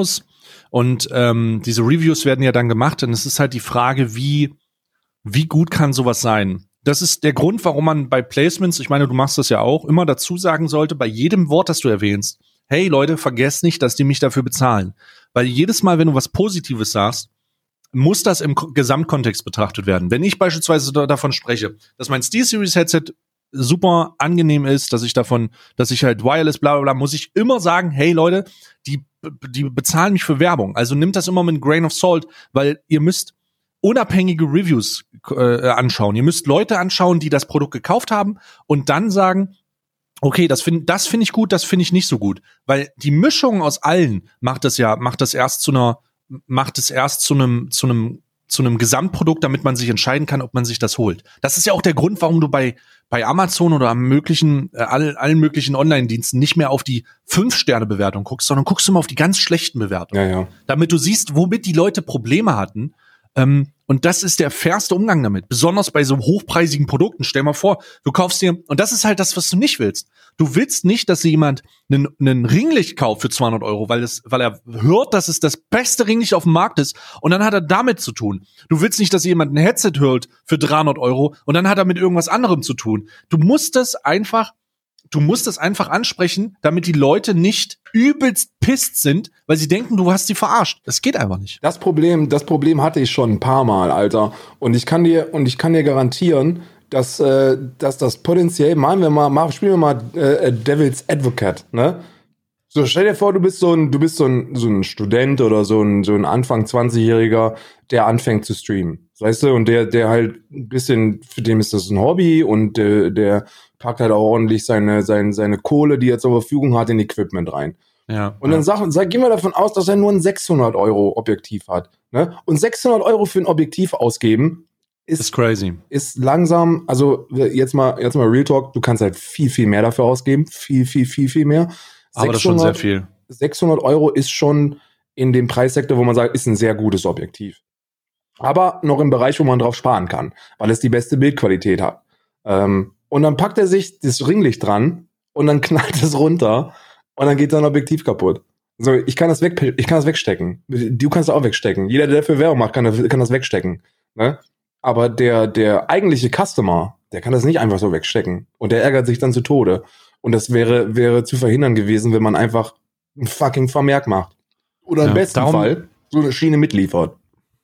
Und ähm, diese Reviews werden ja dann gemacht und es ist halt die Frage, wie, wie gut kann sowas sein? Das ist der Grund, warum man bei Placements, ich meine, du machst das ja auch, immer dazu sagen sollte, bei jedem Wort, das du erwähnst, hey Leute, vergesst nicht, dass die mich dafür bezahlen. Weil jedes Mal, wenn du was Positives sagst, muss das im Ko- Gesamtkontext betrachtet werden. Wenn ich beispielsweise da, davon spreche, dass mein SteelSeries-Headset super angenehm ist, dass ich davon, dass ich halt wireless bla bla bla, muss ich immer sagen, hey Leute, die, die bezahlen mich für Werbung. Also nimmt das immer mit einem Grain of Salt, weil ihr müsst unabhängige Reviews äh, anschauen. Ihr müsst Leute anschauen, die das Produkt gekauft haben und dann sagen, okay, das finde das finde ich gut, das finde ich nicht so gut, weil die Mischung aus allen macht das ja macht das erst zu einer macht es erst zu einem zu einem zu einem Gesamtprodukt, damit man sich entscheiden kann, ob man sich das holt. Das ist ja auch der Grund, warum du bei bei Amazon oder am möglichen äh, all, allen möglichen Online-Diensten nicht mehr auf die Fünf-Sterne-Bewertung guckst, sondern guckst immer auf die ganz schlechten Bewertungen. Ja, ja. Damit du siehst, womit die Leute Probleme hatten. Ähm, und das ist der fairste Umgang damit. Besonders bei so hochpreisigen Produkten. Stell mal vor, du kaufst dir, und das ist halt das, was du nicht willst. Du willst nicht, dass jemand einen, einen Ringlicht kauft für zweihundert Euro, weil es, weil er hört, dass es das beste Ringlicht auf dem Markt ist. Und dann hat er damit zu tun. Du willst nicht, dass jemand ein Headset hört für dreihundert Euro und dann hat er mit irgendwas anderem zu tun. Du musst das einfach Du musst es einfach ansprechen, damit die Leute nicht übelst pisst sind, weil sie denken, du hast sie verarscht. Das geht einfach nicht. Das Problem, das Problem hatte ich schon ein paar Mal, Alter. Und ich kann dir, und ich kann dir garantieren, dass, äh, dass das potenziell, machen wir mal, mal spielen wir mal äh, Devil's Advocate, ne? So, stell dir vor, du bist so ein, du bist so ein, so ein Student oder so ein, so ein Anfang zwanzigjähriger, der anfängt zu streamen. Weißt du? Und der, der halt ein bisschen, für den ist das ein Hobby und äh, der packt halt auch ordentlich seine, seine, seine Kohle, die er zur Verfügung hat, in Equipment rein. Ja. Und dann sag, sag, gehen wir davon aus, dass er nur ein sechshundert Euro Objektiv hat, ne? Und sechshundert Euro für ein Objektiv ausgeben, ist, ist crazy. Ist langsam, also jetzt mal, jetzt mal Real Talk, du kannst halt viel, viel mehr dafür ausgeben. Viel, viel, viel, viel mehr. Aber das ist schon sehr viel. sechshundert Euro ist schon in dem Preissektor, wo man sagt, ist ein sehr gutes Objektiv. Aber noch im Bereich, wo man drauf sparen kann, weil es die beste Bildqualität hat. Ähm, und dann packt er sich das Ringlicht dran und dann knallt es runter und dann geht sein Objektiv kaputt. So, ich kann das weg, ich kann das wegstecken. Du kannst das auch wegstecken. Jeder, der dafür Werbung macht, kann das, kann das wegstecken. Ne? Aber der, der eigentliche Customer, der kann das nicht einfach so wegstecken. Und der ärgert sich dann zu Tode. Und das wäre, wäre zu verhindern gewesen, wenn man einfach ein fucking Vermerk macht. Oder im ja, besten darum, Fall so eine Schiene mitliefert.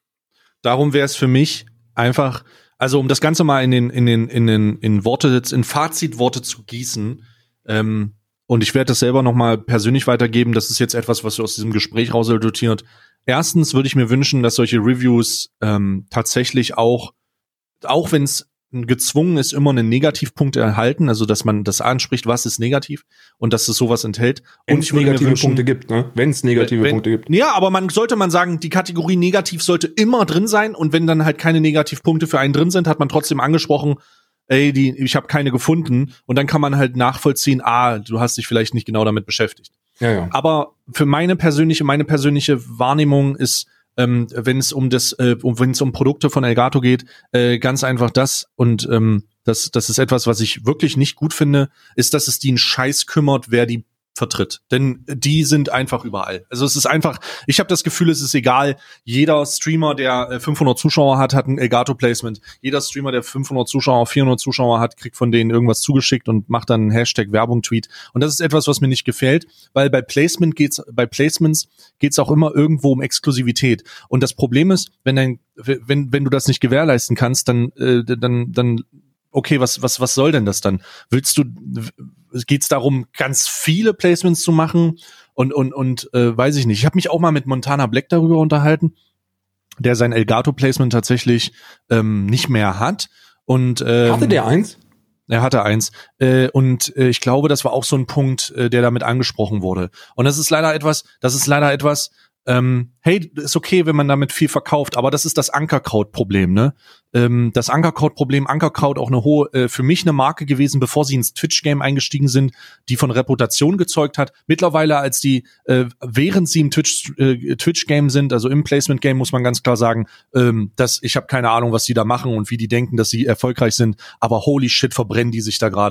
Darum wäre es für mich einfach, also um das Ganze mal in den, in den, in den, in Worte, in Fazitworte zu gießen, ähm, und ich werde das selber noch mal persönlich weitergeben, das ist jetzt etwas, was aus diesem Gespräch raus resultiert. Erstens würde ich mir wünschen, dass solche Reviews ähm, tatsächlich auch, auch wenn es gezwungen ist, immer einen Negativpunkt erhalten, also dass man das anspricht, was ist negativ und dass es sowas enthält. Wenn und es negative wünschen, Punkte gibt, ne? Wenn es negative wenn, Punkte gibt. Ja, aber man sollte man sagen, die Kategorie negativ sollte immer drin sein und wenn dann halt keine Negativpunkte für einen drin sind, hat man trotzdem angesprochen, ey, die, ich habe keine gefunden und dann kann man halt nachvollziehen, ah, du hast dich vielleicht nicht genau damit beschäftigt. Ja, ja. Aber für meine persönliche, meine persönliche Wahrnehmung ist, ähm, wenn es um das, äh, um, wenn es um Produkte von Elgato geht, äh, ganz einfach das und ähm, das, das ist etwas, was ich wirklich nicht gut finde, ist, dass es die einen Scheiß kümmert, wer die vertritt. Denn die sind einfach überall. Also es ist einfach, ich habe das Gefühl, es ist egal, jeder Streamer, der fünfhundert Zuschauer hat, hat ein Elgato-Placement. Jeder Streamer, der fünfhundert Zuschauer, vierhundert Zuschauer hat, kriegt von denen irgendwas zugeschickt und macht dann einen Hashtag-Werbung-Tweet. Und das ist etwas, was mir nicht gefällt, weil bei Placement geht's, bei Placements geht's auch immer irgendwo um Exklusivität. Und das Problem ist, wenn dein, wenn, wenn du das nicht gewährleisten kannst, dann, äh, dann, dann okay, was, was, was soll denn das dann? Willst du, geht's darum, ganz viele Placements zu machen? Und, und, und, äh, weiß ich nicht. Ich habe mich auch mal mit Montana Black darüber unterhalten, der sein Elgato-Placement tatsächlich ähm, nicht mehr hat. Und, ähm, hatte der eins? Er hatte eins. Äh, und äh, ich glaube, das war auch so ein Punkt, äh, der damit angesprochen wurde. Und das ist leider etwas, das ist leider etwas, Ähm, hey, ist okay, wenn man damit viel verkauft, aber das ist das Ankerkraut-Problem, ne? Ähm, das Ankerkraut-Problem, Ankerkraut auch eine hohe, äh, für mich eine Marke gewesen, bevor sie ins Twitch-Game eingestiegen sind, die von Reputation gezeugt hat. Mittlerweile, als die, äh, während sie im Twitch, äh, Twitch-Game sind, also im Placement-Game, muss man ganz klar sagen, ähm, dass ich habe keine Ahnung, was die da machen und wie die denken, dass sie erfolgreich sind, aber holy shit, verbrennen die sich da gerade.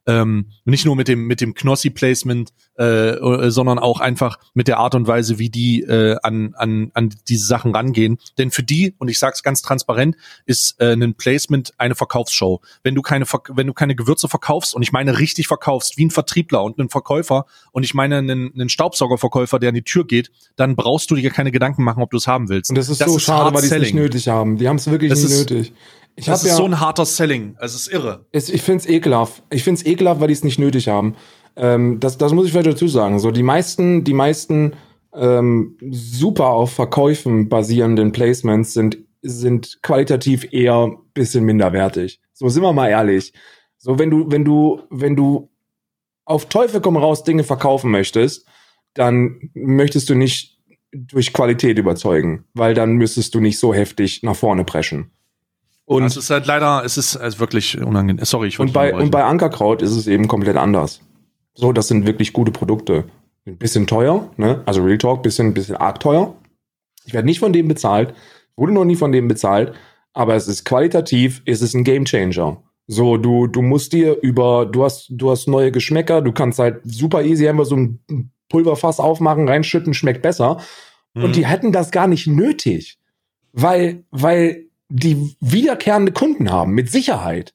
ähm, nicht nur mit dem mit dem Knossi-Placement, äh, sondern auch einfach mit der Art und Weise, wie die äh, an an an diese Sachen rangehen. Denn für die, und ich sag's ganz transparent, ist äh, ein Placement eine Verkaufsshow. Wenn du keine wenn du keine Gewürze verkaufst, und ich meine richtig verkaufst, wie ein Vertriebler und ein Verkäufer, und ich meine einen, einen Staubsaugerverkäufer, der an die Tür geht, dann brauchst du dir keine Gedanken machen, ob du es haben willst. Und das ist das so ist schade, weil die es nicht nötig haben. Die haben es wirklich das nicht ist, nötig. Ich das ist ja, so ein harter Selling. Es ist irre. Es, ich find's ekelhaft. Ich find's ekelhaft, weil die es nicht nötig haben. Ähm, das, das muss ich vielleicht dazu sagen. So die meisten, die meisten ähm, super auf Verkäufen basierenden Placements sind sind qualitativ eher bisschen minderwertig. So sind wir mal ehrlich. So wenn du wenn du wenn du auf Teufel komm raus Dinge verkaufen möchtest, dann möchtest du nicht durch Qualität überzeugen, weil dann müsstest du nicht so heftig nach vorne preschen. Und es ist halt leider, es ist also wirklich unangenehm. Sorry, ich wollte und bei und bei Ankerkraut ist es eben komplett anders. So, das sind wirklich gute Produkte. Ein bisschen teuer, ne? Also Real Talk, bisschen bisschen arg teuer. Ich werde nicht von dem bezahlt, wurde noch nie von dem bezahlt, aber es ist qualitativ, es ist ein Gamechanger. So, du du musst dir über du hast du hast neue Geschmäcker, du kannst halt super easy einfach so ein Pulverfass aufmachen, reinschütten, schmeckt besser. Mhm. Und die hätten das gar nicht nötig, weil weil die wiederkehrende Kunden haben, mit Sicherheit.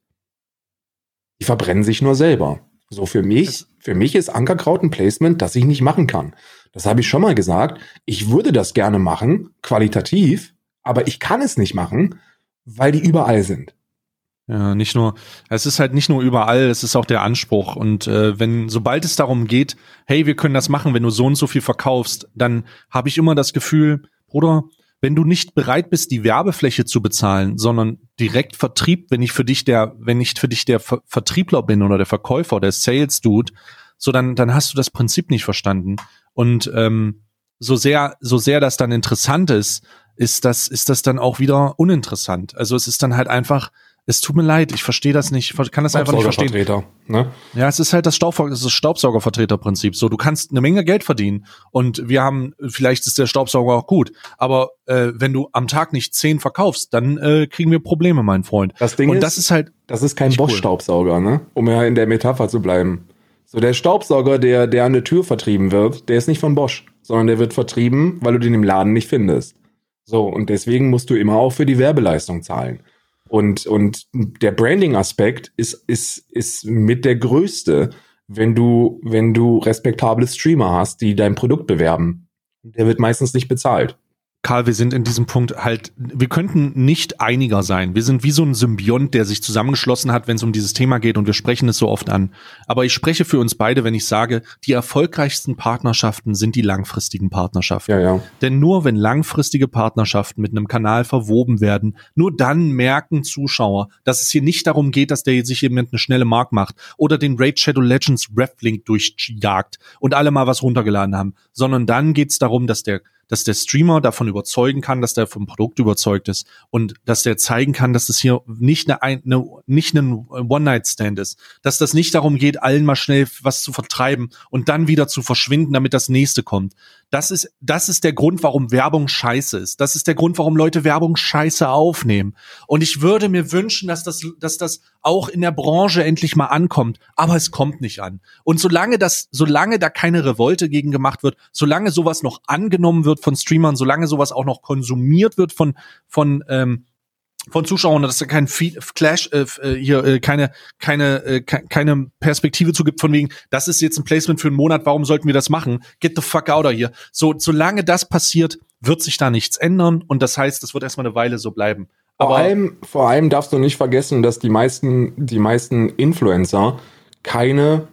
Die verbrennen sich nur selber. So für mich, für mich ist Ankerkraut ein Placement, das ich nicht machen kann. Das habe ich schon mal gesagt. Ich würde das gerne machen, qualitativ, aber ich kann es nicht machen, weil die überall sind. Ja, nicht nur, es ist halt nicht nur überall, es ist auch der Anspruch. Und äh, wenn, sobald es darum geht, hey, wir können das machen, wenn du so und so viel verkaufst, dann habe ich immer das Gefühl, Bruder, wenn du nicht bereit bist, die Werbefläche zu bezahlen, sondern direkt Vertrieb, wenn ich für dich der, wenn ich für dich der Ver- Vertriebler bin oder der Verkäufer, der Sales Dude, so dann, dann hast du das Prinzip nicht verstanden. Und ähm, so sehr, so sehr das dann interessant ist, ist das, ist das dann auch wieder uninteressant. Also es ist dann halt einfach, es tut mir leid, ich verstehe das nicht, ich kann das einfach nicht verstehen. Ne? Ja, es ist halt das, Staub, das, das Staubsaugervertreterprinzip. So, du kannst eine Menge Geld verdienen und wir haben, vielleicht ist der Staubsauger auch gut, aber äh, wenn du am Tag nicht zehn verkaufst, dann äh, kriegen wir Probleme, mein Freund. Das Ding und ist, das ist halt, das ist kein Bosch-Staubsauger, ne? Um ja in der Metapher zu bleiben. So, der Staubsauger, der, der an der Tür vertrieben wird, der ist nicht von Bosch, sondern der wird vertrieben, weil du den im Laden nicht findest. So, und deswegen musst du immer auch für die Werbeleistung zahlen. Und, und der Branding-Aspekt ist, ist, ist mit der größte, wenn du, wenn du respektable Streamer hast, die dein Produkt bewerben. Der wird meistens nicht bezahlt. Karl, wir sind in diesem Punkt halt, wir könnten nicht einiger sein. Wir sind wie so ein Symbiont, der sich zusammengeschlossen hat, wenn es um dieses Thema geht, und wir sprechen es so oft an. Aber ich spreche für uns beide, wenn ich sage, die erfolgreichsten Partnerschaften sind die langfristigen Partnerschaften. Ja, ja. Denn nur wenn langfristige Partnerschaften mit einem Kanal verwoben werden, nur dann merken Zuschauer, dass es hier nicht darum geht, dass der sich jemand eine schnelle Mark macht oder den Raid Shadow Legends Reflink durchjagt und alle mal was runtergeladen haben, sondern dann geht es darum, dass der dass der Streamer davon überzeugen kann, dass der vom Produkt überzeugt ist und dass der zeigen kann, dass das hier nicht eine, eine nicht ein One-Night-Stand ist, dass das nicht darum geht, allen mal schnell was zu vertreiben und dann wieder zu verschwinden, damit das nächste kommt. Das ist, das ist der Grund, warum Werbung scheiße ist. Das ist der Grund, warum Leute Werbung scheiße aufnehmen. Und ich würde mir wünschen, dass das, dass das auch in der Branche endlich mal ankommt. Aber es kommt nicht an. Und solange das, solange da keine Revolte gegen gemacht wird, solange sowas noch angenommen wird von Streamern, solange sowas auch noch konsumiert wird von, von, ähm, von Zuschauern, dass es kein Flash äh, hier äh, keine keine äh, keine Perspektive zu gibt von wegen, das ist jetzt ein Placement für einen Monat, warum sollten wir das machen? Get the fuck out of here. So, solange das passiert, wird sich da nichts ändern, und das heißt, es wird erstmal eine Weile so bleiben. Aber vor allem vor allem darfst du nicht vergessen, dass die meisten die meisten Influencer keine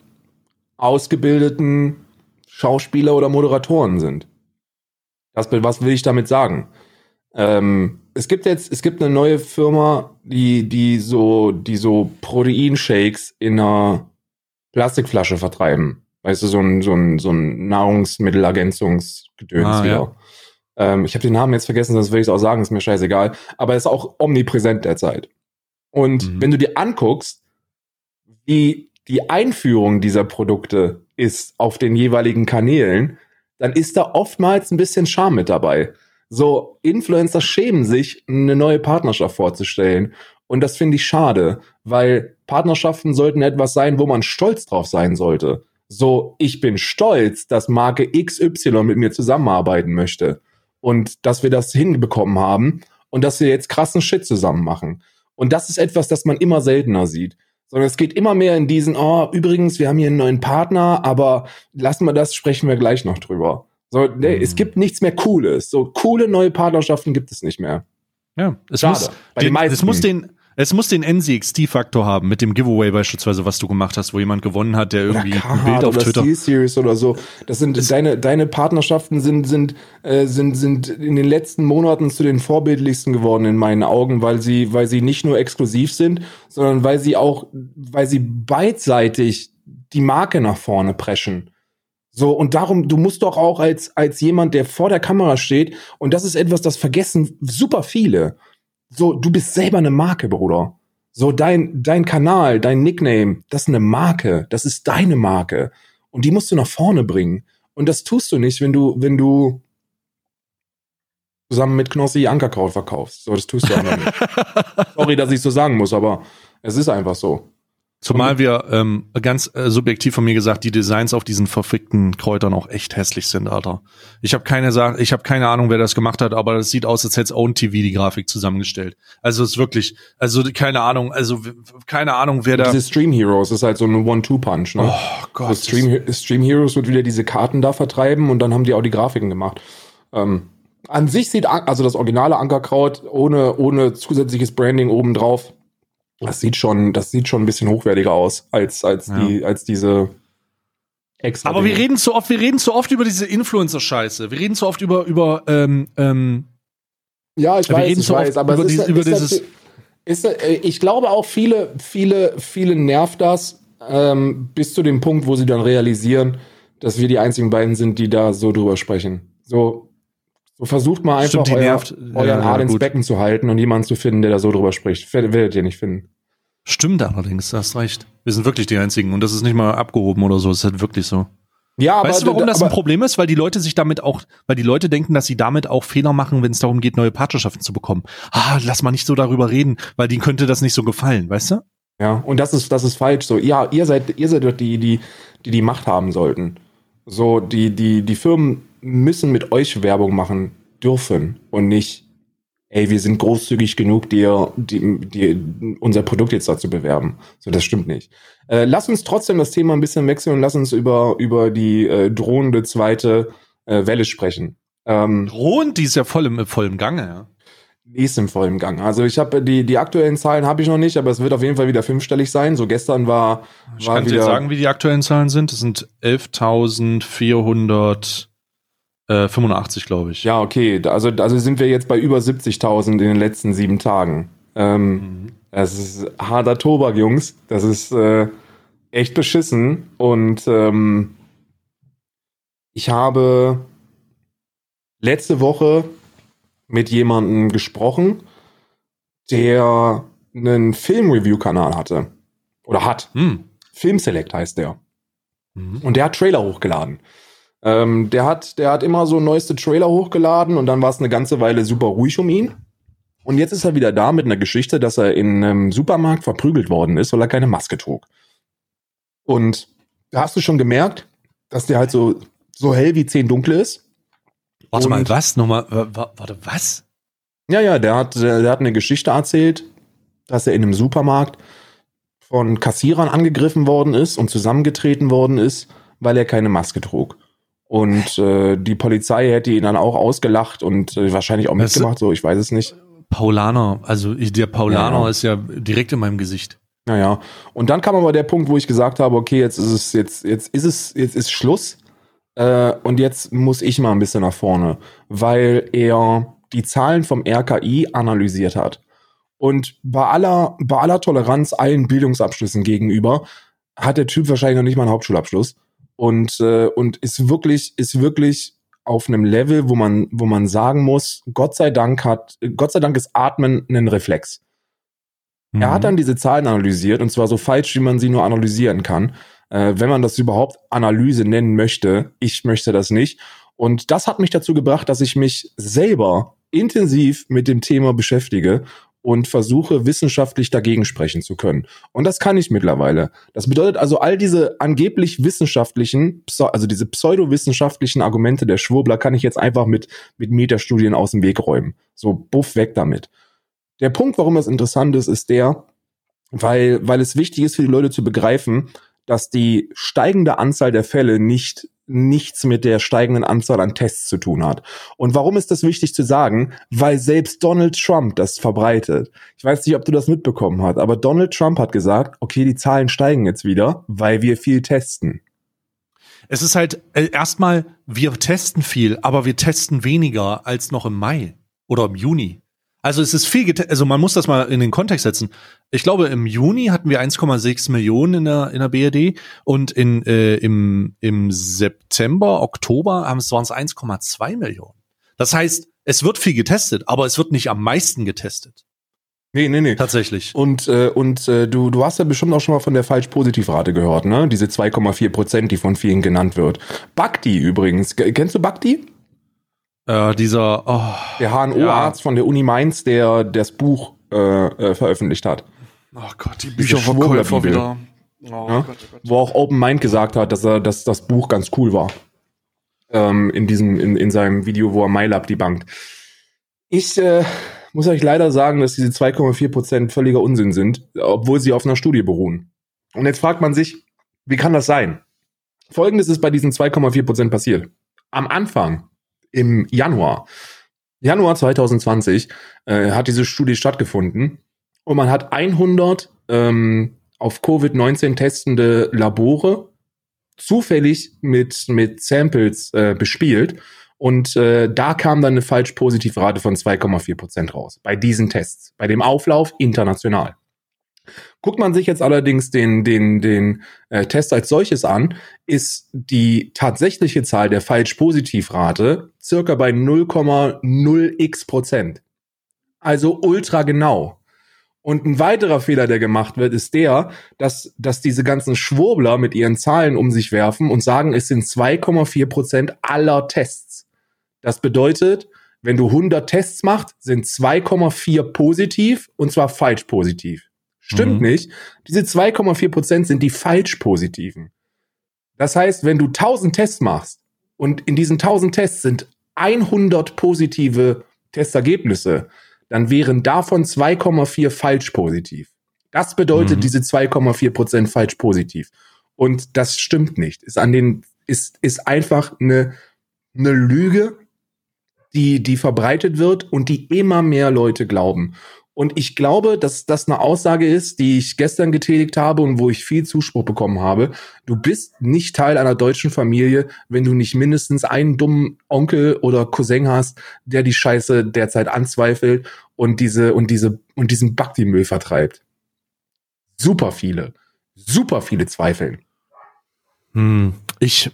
ausgebildeten Schauspieler oder Moderatoren sind. Das, was will ich damit sagen? Ähm, es gibt jetzt, es gibt eine neue Firma, die, die so, die so Proteinshakes in einer Plastikflasche vertreiben. Weißt du, so ein, so ein, so ein Nahrungsmittelergänzungsgedöns ah, wieder. Ja. Ähm, ich habe den Namen jetzt vergessen, sonst will ich es auch sagen, ist mir scheißegal. Aber er ist auch omnipräsent derzeit. Und mhm. wenn du dir anguckst, wie die Einführung dieser Produkte ist auf den jeweiligen Kanälen, dann ist da oftmals ein bisschen Charme mit dabei. So, Influencer schämen sich, eine neue Partnerschaft vorzustellen. Und das finde ich schade, weil Partnerschaften sollten etwas sein, wo man stolz drauf sein sollte. So, ich bin stolz, dass Marke X Y mit mir zusammenarbeiten möchte. Und dass wir das hinbekommen haben und dass wir jetzt krassen Shit zusammen machen. Und das ist etwas, das man immer seltener sieht. Sondern es geht immer mehr in diesen, oh, übrigens, wir haben hier einen neuen Partner, aber lassen wir das, sprechen wir gleich noch drüber. So, nee, mhm. Es gibt nichts mehr Cooles. So coole neue Partnerschaften gibt es nicht mehr. Ja, es Schade. muss, den, es muss den, es muss den N C X T-Faktor haben, mit dem Giveaway beispielsweise, was du gemacht hast, wo jemand gewonnen hat, der irgendwie ein Bild auf oder Twitter. Steel Series oder so. Das sind es deine, deine Partnerschaften sind, sind, äh, sind, sind in den letzten Monaten zu den vorbildlichsten geworden in meinen Augen, weil sie, weil sie nicht nur exklusiv sind, sondern weil sie auch, weil sie beidseitig die Marke nach vorne preschen. So, und darum, du musst doch auch als, als jemand, der vor der Kamera steht, und das ist etwas, das vergessen super viele. So, du bist selber eine Marke, Bruder. So, dein, dein Kanal, dein Nickname, das ist eine Marke. Das ist deine Marke. Und die musst du nach vorne bringen. Und das tust du nicht, wenn du, wenn du zusammen mit Knossi Ankerkraut verkaufst. So, das tust du einfach nicht. Sorry, dass ich so sagen muss, aber es ist einfach so. Zumal wir, ähm, ganz äh, subjektiv von mir gesagt, die Designs auf diesen verfickten Kräutern auch echt hässlich sind, Alter. Ich habe keine Sa- ich habe keine Ahnung, wer das gemacht hat, aber das sieht aus, als hätte Own T V die Grafik zusammengestellt. Also es ist wirklich, also keine Ahnung, also w- keine Ahnung, wer da. Diese Stream Heroes ist halt so ein One-Two-Punch, ne? Oh Gott. So Stream, Stream Heroes wird wieder diese Karten da vertreiben und dann haben die auch die Grafiken gemacht. Ähm, an sich sieht, An- also das originale Ankerkraut ohne, ohne zusätzliches Branding obendrauf, Das sieht schon, das sieht schon ein bisschen hochwertiger aus als als Ja. die als diese extra. Aber wir reden zu oft, wir reden zu oft über diese Influencer-Scheiße. Wir reden zu oft über über ähm, ähm, ja, ich wir weiß, reden ich so weiß, oft aber über es ist, diese- über ist, dieses- ist, ist, ich glaube auch viele viele viele nervt das ähm, bis zu dem Punkt, wo sie dann realisieren, dass wir die einzigen beiden sind, die da so drüber sprechen. So So versucht mal einfach Stimmt, die euer, nervt. euren Ja, ja, Arm ins gut. Becken zu halten und jemanden zu finden, der da so drüber spricht. Werdet werdet ihr nicht finden. Stimmt allerdings, du hast recht. Wir sind wirklich die Einzigen und das ist nicht mal abgehoben oder so, es ist halt wirklich so. Ja, aber Weißt du, warum das ein aber, Problem ist? Weil die Leute sich damit auch, weil die Leute denken, dass sie damit auch Fehler machen, wenn es darum geht, neue Partnerschaften zu bekommen. Ah, lass mal nicht so darüber reden, weil denen könnte das nicht so gefallen, weißt du? Ja, und das ist das ist falsch. So, ja, ihr seid ihr seid doch die die die die Macht haben sollten. So, die die die Firmen müssen mit euch Werbung machen dürfen und nicht, ey, wir sind großzügig genug, dir die, die, unser Produkt jetzt dazu bewerben. So, das stimmt nicht. Äh, lass uns trotzdem das Thema ein bisschen wechseln und lass uns über über die äh, drohende zweite äh, Welle sprechen. Ähm, Drohend, die ist ja voll im, voll im Gange, ja. Die ist im vollen Gang. Also ich habe die die aktuellen Zahlen habe ich noch nicht, aber es wird auf jeden Fall wieder fünfstellig sein. So gestern war Ich war kann dir wieder sagen, wie die aktuellen Zahlen sind. Das sind elftausendvierhundertfünfundachtzig, glaube ich. ja okay. Da- Also also sind wir jetzt bei über siebzigtausend in den letzten sieben Tagen. Ähm, Mhm. Das ist harter Tobak, Jungs. Das ist äh, echt beschissen. Und ähm, ich habe letzte Woche mit jemandem gesprochen, der einen Film-Review-Kanal hatte. Oder hat. Hm. Filmselect heißt der. Mhm. Und der hat Trailer hochgeladen. Ähm, der hat, der hat immer so neueste Trailer hochgeladen und dann war es eine ganze Weile super ruhig um ihn. Und jetzt ist er wieder da mit einer Geschichte, dass er in einem Supermarkt verprügelt worden ist, weil er keine Maske trug. Und da hast du schon gemerkt, dass der halt so, so hell wie zehn dunkle ist. Warte Und- mal, was? Nochmal, wa- wa- warte, was? Ja, ja, der hat, der, der hat eine Geschichte erzählt, dass er in einem Supermarkt von Kassierern angegriffen worden ist und zusammengetreten worden ist, weil er keine Maske trug. Und äh, die Polizei hätte ihn dann auch ausgelacht und äh, wahrscheinlich auch Das- mitgemacht, so, ich weiß es nicht. Paulaner, also ich- der Paulaner Ja. ist ja direkt in meinem Gesicht. Naja. Und dann kam aber der Punkt, wo ich gesagt habe, okay, jetzt ist es, jetzt, jetzt ist es, jetzt ist Schluss. Äh, und jetzt muss ich mal ein bisschen nach vorne, weil er die Zahlen vom R K I analysiert hat. Und bei aller, bei aller Toleranz allen Bildungsabschlüssen gegenüber hat der Typ wahrscheinlich noch nicht mal einen Hauptschulabschluss. Und, äh, und ist wirklich, ist wirklich auf einem Level, wo man, wo man sagen muss, Gott sei Dank hat, Gott sei Dank ist Atmen ein Reflex. Er hat dann diese Zahlen analysiert, und zwar so falsch, wie man sie nur analysieren kann. Äh, wenn man das überhaupt Analyse nennen möchte. Ich möchte das nicht. Und das hat mich dazu gebracht, dass ich mich selber intensiv mit dem Thema beschäftige und versuche wissenschaftlich dagegen sprechen zu können. Und das kann ich mittlerweile. Das bedeutet also, all diese angeblich wissenschaftlichen, also diese pseudowissenschaftlichen Argumente der Schwurbler kann ich jetzt einfach mit, mit Metastudien aus dem Weg räumen. So, buff, weg damit. Der Punkt, warum das interessant ist, ist der, weil, weil es wichtig ist für die Leute zu begreifen, dass die steigende Anzahl der Fälle nicht nichts mit der steigenden Anzahl an Tests zu tun hat. Und warum ist das wichtig zu sagen? Weil selbst Donald Trump das verbreitet. Ich weiß nicht, ob du das mitbekommen hast, aber Donald Trump hat gesagt, okay, die Zahlen steigen jetzt wieder, weil wir viel testen. Es ist halt äh, erstmal, wir testen viel, aber wir testen weniger als noch im Mai oder im Juni. Also es ist viel getestet, also man muss das mal in den Kontext setzen. Ich glaube, im Juni hatten wir eins Komma sechs Millionen in der in der B R D und in äh, im im September, Oktober haben es waren es eins Komma zwei Millionen. Das heißt, es wird viel getestet, aber es wird nicht am meisten getestet. Nee, nee, nee. Tatsächlich. Und äh, und äh, du du hast ja bestimmt auch schon mal von der Falsch-Positiv-Rate gehört, ne? Diese zwei Komma vier Prozent, die von vielen genannt wird. Bhakti übrigens. Kennst du Bhakti? Äh, dieser oh, der H N O-Arzt ja. von der Uni Mainz, der das Buch äh, äh, veröffentlicht hat. Oh Gott, die Bücherverkäufer wieder. Oh, ja? Gott, oh Gott. Wo auch Open Mind gesagt hat, dass er, dass das Buch ganz cool war. Ähm, in diesem, in, in seinem Video, wo er MyLab debunked. Ich äh, muss euch leider sagen, dass diese zwei Komma vier Prozent völliger Unsinn sind, obwohl sie auf einer Studie beruhen. Und jetzt fragt man sich, wie kann das sein? Folgendes ist bei diesen zwei Komma vier Prozent passiert. Am Anfang, im Januar, Januar zwanzig zwanzig, äh, hat diese Studie stattgefunden und man hat hundert ähm, auf Covid neunzehn testende Labore zufällig mit mit Samples äh, bespielt und äh, da kam dann eine Falsch-Positiv-Rate von zwei Komma vier Prozent raus bei diesen Tests, bei dem Auflauf international. Guckt man sich jetzt allerdings den den den äh, Test als solches an, ist die tatsächliche Zahl der Falsch-Positiv-Rate circa bei null Komma null x Prozent. Also ultra genau. Und ein weiterer Fehler, der gemacht wird, ist der, dass dass diese ganzen Schwurbler mit ihren Zahlen um sich werfen und sagen, es sind zwei Komma vier Prozent aller Tests. Das bedeutet, wenn du hundert Tests machst, sind zwei Komma vier positiv und zwar falsch positiv. Stimmt mhm. nicht. Diese zwei Komma vier Prozent sind die falsch-positiven. Das heißt, wenn du tausend Tests machst und in diesen tausend Tests sind hundert positive Testergebnisse, dann wären davon zwei Komma vier falsch-positiv. Das bedeutet mhm. diese zwei Komma vier Prozent falsch-positiv. Und das stimmt nicht. Ist an den, ist, ist einfach eine, eine Lüge, die, die verbreitet wird und die immer mehr Leute glauben. Und ich glaube, dass das eine Aussage ist, die ich gestern getätigt habe und wo ich viel Zuspruch bekommen habe. Du bist nicht Teil einer deutschen Familie, wenn du nicht mindestens einen dummen Onkel oder Cousin hast, der die Scheiße derzeit anzweifelt und diese und diese und diesen Bhakti-Müll vertreibt. Super viele, super viele zweifeln. Hm, ich,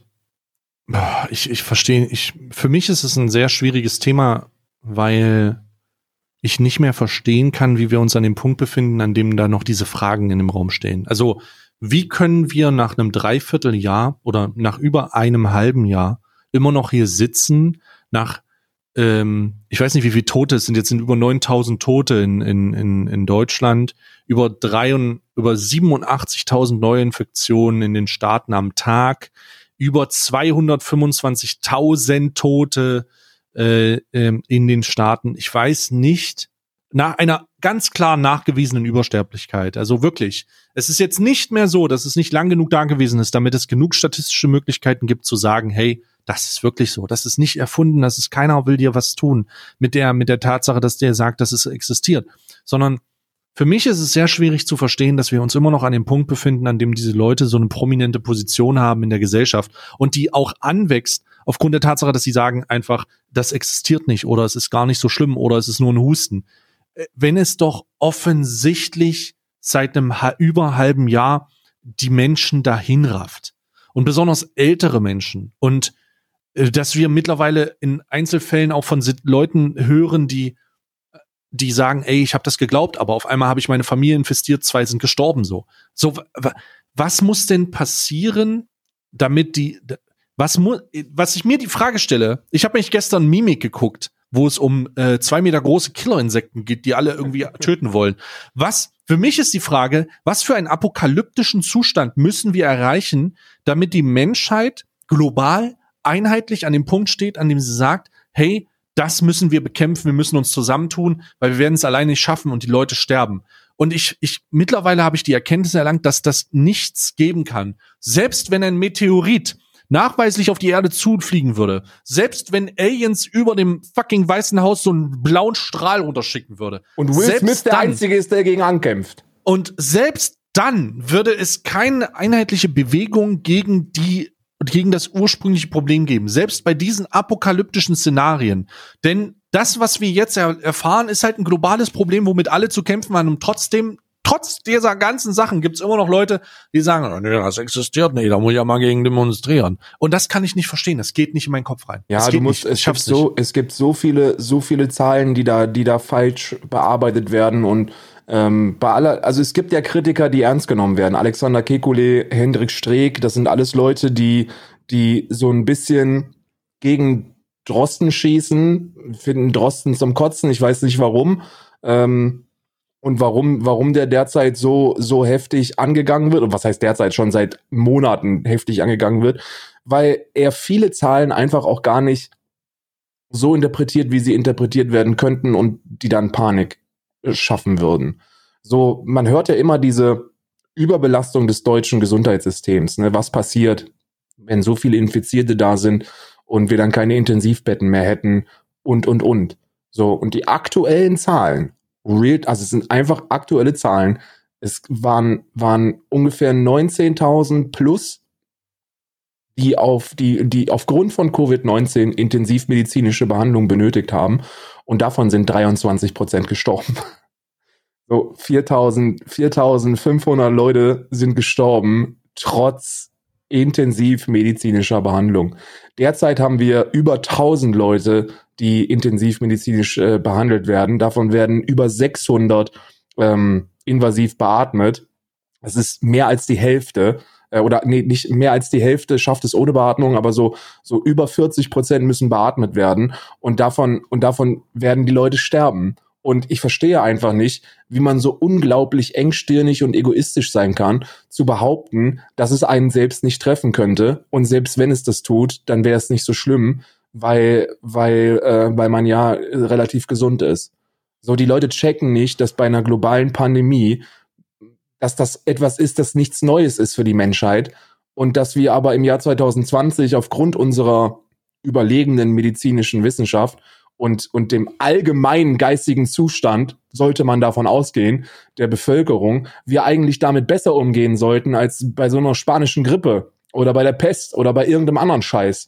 ich, ich verstehe. Ich, für mich ist es ein sehr schwieriges Thema, weil ich nicht mehr verstehen kann, wie wir uns an dem Punkt befinden, an dem da noch diese Fragen in dem Raum stehen. Also, wie können wir nach einem Dreivierteljahr oder nach über einem halben Jahr immer noch hier sitzen, nach, ähm, ich weiß nicht, wie viele Tote es sind, jetzt sind über neuntausend Tote in, in, in, in Deutschland, über drei und, über siebenundachtzigtausend Neuinfektionen in den Staaten am Tag, über zweihundertfünfundzwanzigtausend Tote Äh, ähm, in den Staaten. Ich weiß nicht, nach einer ganz klar nachgewiesenen Übersterblichkeit. Also wirklich, es ist jetzt nicht mehr so, dass es nicht lang genug da gewesen ist, damit es genug statistische Möglichkeiten gibt zu sagen, hey, das ist wirklich so, das ist nicht erfunden, das ist keiner will dir was tun mit der mit der Tatsache, dass der sagt, dass es existiert, sondern für mich ist es sehr schwierig zu verstehen, dass wir uns immer noch an dem Punkt befinden, an dem diese Leute so eine prominente Position haben in der Gesellschaft und die auch anwächst aufgrund der Tatsache, dass sie sagen einfach, das existiert nicht oder es ist gar nicht so schlimm oder es ist nur ein Husten. Wenn es doch offensichtlich seit einem über halben Jahr die Menschen dahin rafft und besonders ältere Menschen und dass wir mittlerweile in Einzelfällen auch von Leuten hören, die die sagen, ey, ich habe das geglaubt, aber auf einmal habe ich meine Familie infiziert, zwei sind gestorben, so. So, w- was muss denn passieren, damit die, was muss, was ich mir die Frage stelle, ich habe mich gestern Mimik geguckt, wo es um äh, zwei Meter große Killerinsekten geht, die alle irgendwie töten wollen. Was, für mich ist die Frage, was für einen apokalyptischen Zustand müssen wir erreichen, damit die Menschheit global einheitlich an dem Punkt steht, an dem sie sagt, hey, das müssen wir bekämpfen, wir müssen uns zusammentun, weil wir werden es alleine nicht schaffen und die Leute sterben. Und ich, ich, mittlerweile habe ich die Erkenntnis erlangt, dass das nichts geben kann. Selbst wenn ein Meteorit nachweislich auf die Erde zufliegen würde, selbst wenn Aliens über dem fucking Weißen Haus so einen blauen Strahl runterschicken würde. Und Will selbst Smith der dann, Einzige ist, der dagegen ankämpft. Und selbst dann würde es keine einheitliche Bewegung gegen die gegen das ursprüngliche Problem geben. Selbst bei diesen apokalyptischen Szenarien. Denn das, was wir jetzt er- erfahren, ist halt ein globales Problem, womit alle zu kämpfen haben. Und trotzdem, trotz dieser ganzen Sachen gibt's immer noch Leute, die sagen, oh, nee, das existiert nicht, da muss ich ja mal gegen demonstrieren. Und das kann ich nicht verstehen. Das geht nicht in meinen Kopf rein. Ja, das du geht musst, nicht. es Ich gibt schaff's so, nicht. es gibt so viele, so viele Zahlen, die da, die da falsch bearbeitet werden und ähm, bei aller, also es gibt ja Kritiker, die ernst genommen werden. Alexander Kekulé, Hendrik Streeck, das sind alles Leute, die, die so ein bisschen gegen Drosten schießen, finden Drosten zum Kotzen. Ich weiß nicht warum. Ähm, und warum, warum der derzeit so, so heftig angegangen wird. Und was heißt derzeit schon seit Monaten heftig angegangen wird? Weil er viele Zahlen einfach auch gar nicht so interpretiert, wie sie interpretiert werden könnten und die dann Panik schaffen würden. So, man hört ja immer diese Überbelastung des deutschen Gesundheitssystems, ne? Was passiert, wenn so viele Infizierte da sind und wir dann keine Intensivbetten mehr hätten und, und, und. So, und die aktuellen Zahlen, real, also es sind einfach aktuelle Zahlen, es waren, waren ungefähr neunzehntausend plus, die auf die, die aufgrund von Covid neunzehn intensivmedizinische Behandlung benötigt haben. Und davon sind dreiundzwanzig Prozent gestorben. So, viertausendfünfhundert Leute sind gestorben, trotz intensivmedizinischer Behandlung. Derzeit haben wir über tausend Leute, die intensivmedizinisch äh, behandelt werden. Davon werden über sechshundert ähm, invasiv beatmet. Das ist mehr als die Hälfte. Oder nee, nicht mehr als die Hälfte schafft es ohne Beatmung, aber so so über vierzig Prozent müssen beatmet werden und davon und davon werden die Leute sterben. Und ich verstehe einfach nicht, wie man so unglaublich engstirnig und egoistisch sein kann, zu behaupten, dass es einen selbst nicht treffen könnte. Und selbst wenn es das tut, dann wäre es nicht so schlimm, weil weil äh, weil man ja relativ gesund ist. So, die Leute checken nicht, dass bei einer globalen Pandemie dass das etwas ist, das nichts Neues ist für die Menschheit und dass wir aber im Jahr zwanzig zwanzig aufgrund unserer überlegenen medizinischen Wissenschaft und, und dem allgemeinen geistigen Zustand, sollte man davon ausgehen, der Bevölkerung, wir eigentlich damit besser umgehen sollten als bei so einer spanischen Grippe oder bei der Pest oder bei irgendeinem anderen Scheiß.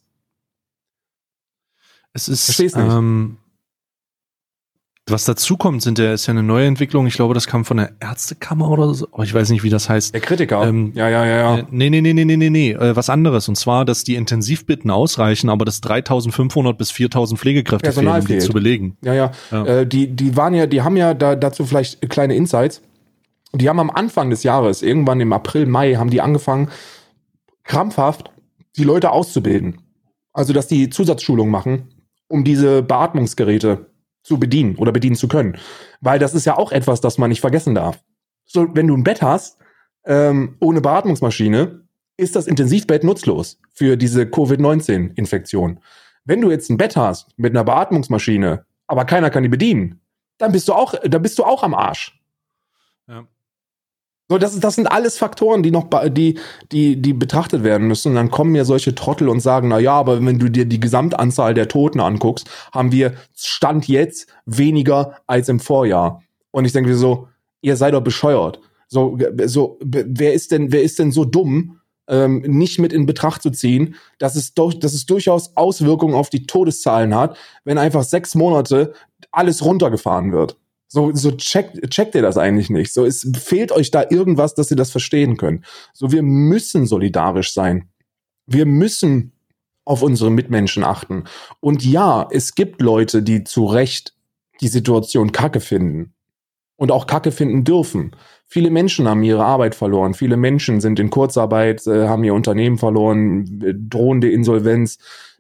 Es ist, Verstehst nicht. ähm, was dazu kommt, sind ja, ist ja eine neue Entwicklung. Ich glaube, das kam von der Ärztekammer oder so. Aber ich weiß nicht, wie das heißt. Der Kritiker. Ähm, ja, ja, ja, ja. Äh, nee, nee, nee, nee, nee, nee, nee. Äh, was anderes. Und zwar, dass die Intensivbetten ausreichen, aber dass dreitausendfünfhundert bis viertausend Pflegekräfte Personal fehlen, um die fehlt. zu belegen. Ja, ja. Ja. Äh, die, die waren ja, die haben ja da, dazu vielleicht kleine Insights. Die haben am Anfang des Jahres, irgendwann im April, Mai, haben die angefangen, krampfhaft die Leute auszubilden. Also, dass die Zusatzschulung machen, um diese Beatmungsgeräte zu bedienen oder bedienen zu können. Weil das ist ja auch etwas, das man nicht vergessen darf. So, wenn du ein Bett hast, ähm, ohne Beatmungsmaschine, ist das Intensivbett nutzlos für diese Covid neunzehn Infektion. Wenn du jetzt ein Bett hast mit einer Beatmungsmaschine, aber keiner kann die bedienen, dann bist du auch, dann bist du auch am Arsch. Ja. So, das, das sind alles Faktoren, die noch, be- die, die, die betrachtet werden müssen. Und dann kommen mir solche Trottel und sagen, na ja, aber wenn du dir die Gesamtanzahl der Toten anguckst, haben wir Stand jetzt weniger als im Vorjahr. Und ich denke mir so, ihr seid doch bescheuert. So, so, wer ist denn, wer ist denn so dumm, ähm, nicht mit in Betracht zu ziehen, dass es doch, dass es durchaus Auswirkungen auf die Todeszahlen hat, wenn einfach sechs Monate alles runtergefahren wird. So, so checkt, checkt ihr das eigentlich nicht. So, es fehlt euch da irgendwas, dass ihr das verstehen könnt. So, wir müssen solidarisch sein. Wir müssen auf unsere Mitmenschen achten. Und ja, es gibt Leute, die zu Recht die Situation kacke finden. Und auch kacke finden dürfen. Viele Menschen haben ihre Arbeit verloren. Viele Menschen sind in Kurzarbeit, äh, haben ihr Unternehmen verloren, äh, drohende Insolvenz.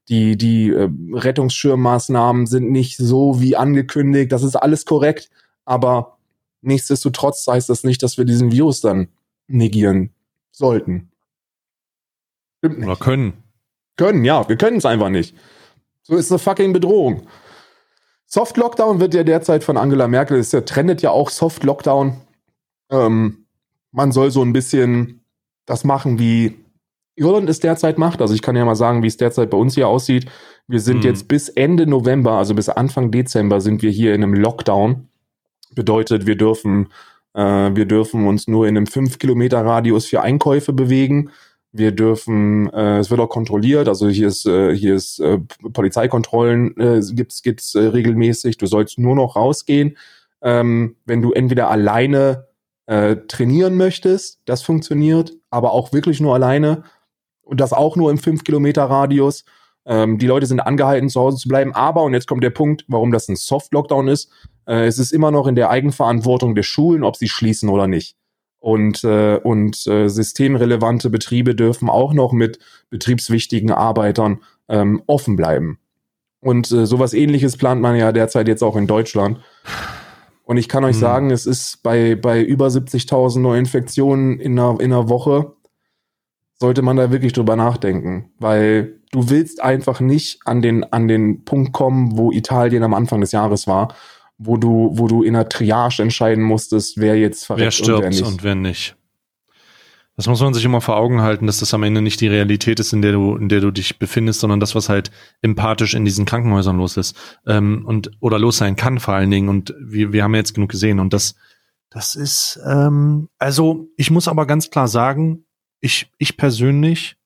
die, die äh, Rettungsschirmmaßnahmen sind nicht so wie angekündigt. Das ist alles korrekt, aber nichtsdestotrotz heißt das nicht, dass wir diesen Virus dann negieren sollten. Stimmt nicht. Oder können. Können, ja, wir können es einfach nicht. So ist eine fucking Bedrohung. Soft Lockdown wird ja derzeit von Angela Merkel, ist ja, trendet ja auch Soft Lockdown. Ähm, man soll so ein bisschen das machen, wie Irland es derzeit macht. Also ich kann ja mal sagen, wie es derzeit bei uns hier aussieht. Wir sind Hm. jetzt bis Ende November, also bis Anfang Dezember sind wir hier in einem Lockdown. Bedeutet, wir dürfen, äh, wir dürfen uns nur in einem fünf Kilometer Radius für Einkäufe bewegen. Wir dürfen, äh, es wird auch kontrolliert, also hier ist, äh, hier ist äh, Polizeikontrollen äh, gibt's gibt's äh, regelmäßig. Du sollst nur noch rausgehen, ähm, wenn du entweder alleine äh, trainieren möchtest, das funktioniert, aber auch wirklich nur alleine und das auch nur im fünf Kilometer Radius. Ähm, die Leute sind angehalten, zu Hause zu bleiben, aber, und jetzt kommt der Punkt, warum das ein Soft-Lockdown ist, äh, es ist immer noch in der Eigenverantwortung der Schulen, ob sie schließen oder nicht. Und, äh, und äh, systemrelevante Betriebe dürfen auch noch mit betriebswichtigen Arbeitern ähm, offen bleiben. Und äh, sowas Ähnliches plant man ja derzeit jetzt auch in Deutschland. Und ich kann euch Hm. sagen, es ist bei, bei über siebzigtausend Neuinfektionen in einer, in einer Woche, sollte man da wirklich drüber nachdenken. Weil du willst einfach nicht an den, an den Punkt kommen, wo Italien am Anfang des Jahres war, wo du, wo du in einer Triage entscheiden musstest, wer jetzt verreckt Wer stirbt und wer nicht. und wer nicht. Das muss man sich immer vor Augen halten, dass das am Ende nicht die Realität ist, in der du, in der du dich befindest, sondern das, was halt empathisch in diesen Krankenhäusern los ist, ähm, und, oder los sein kann vor allen Dingen. Und wir, wir haben ja jetzt genug gesehen. Und das, das ist, ähm, also, ich muss aber ganz klar sagen, ich, ich persönlich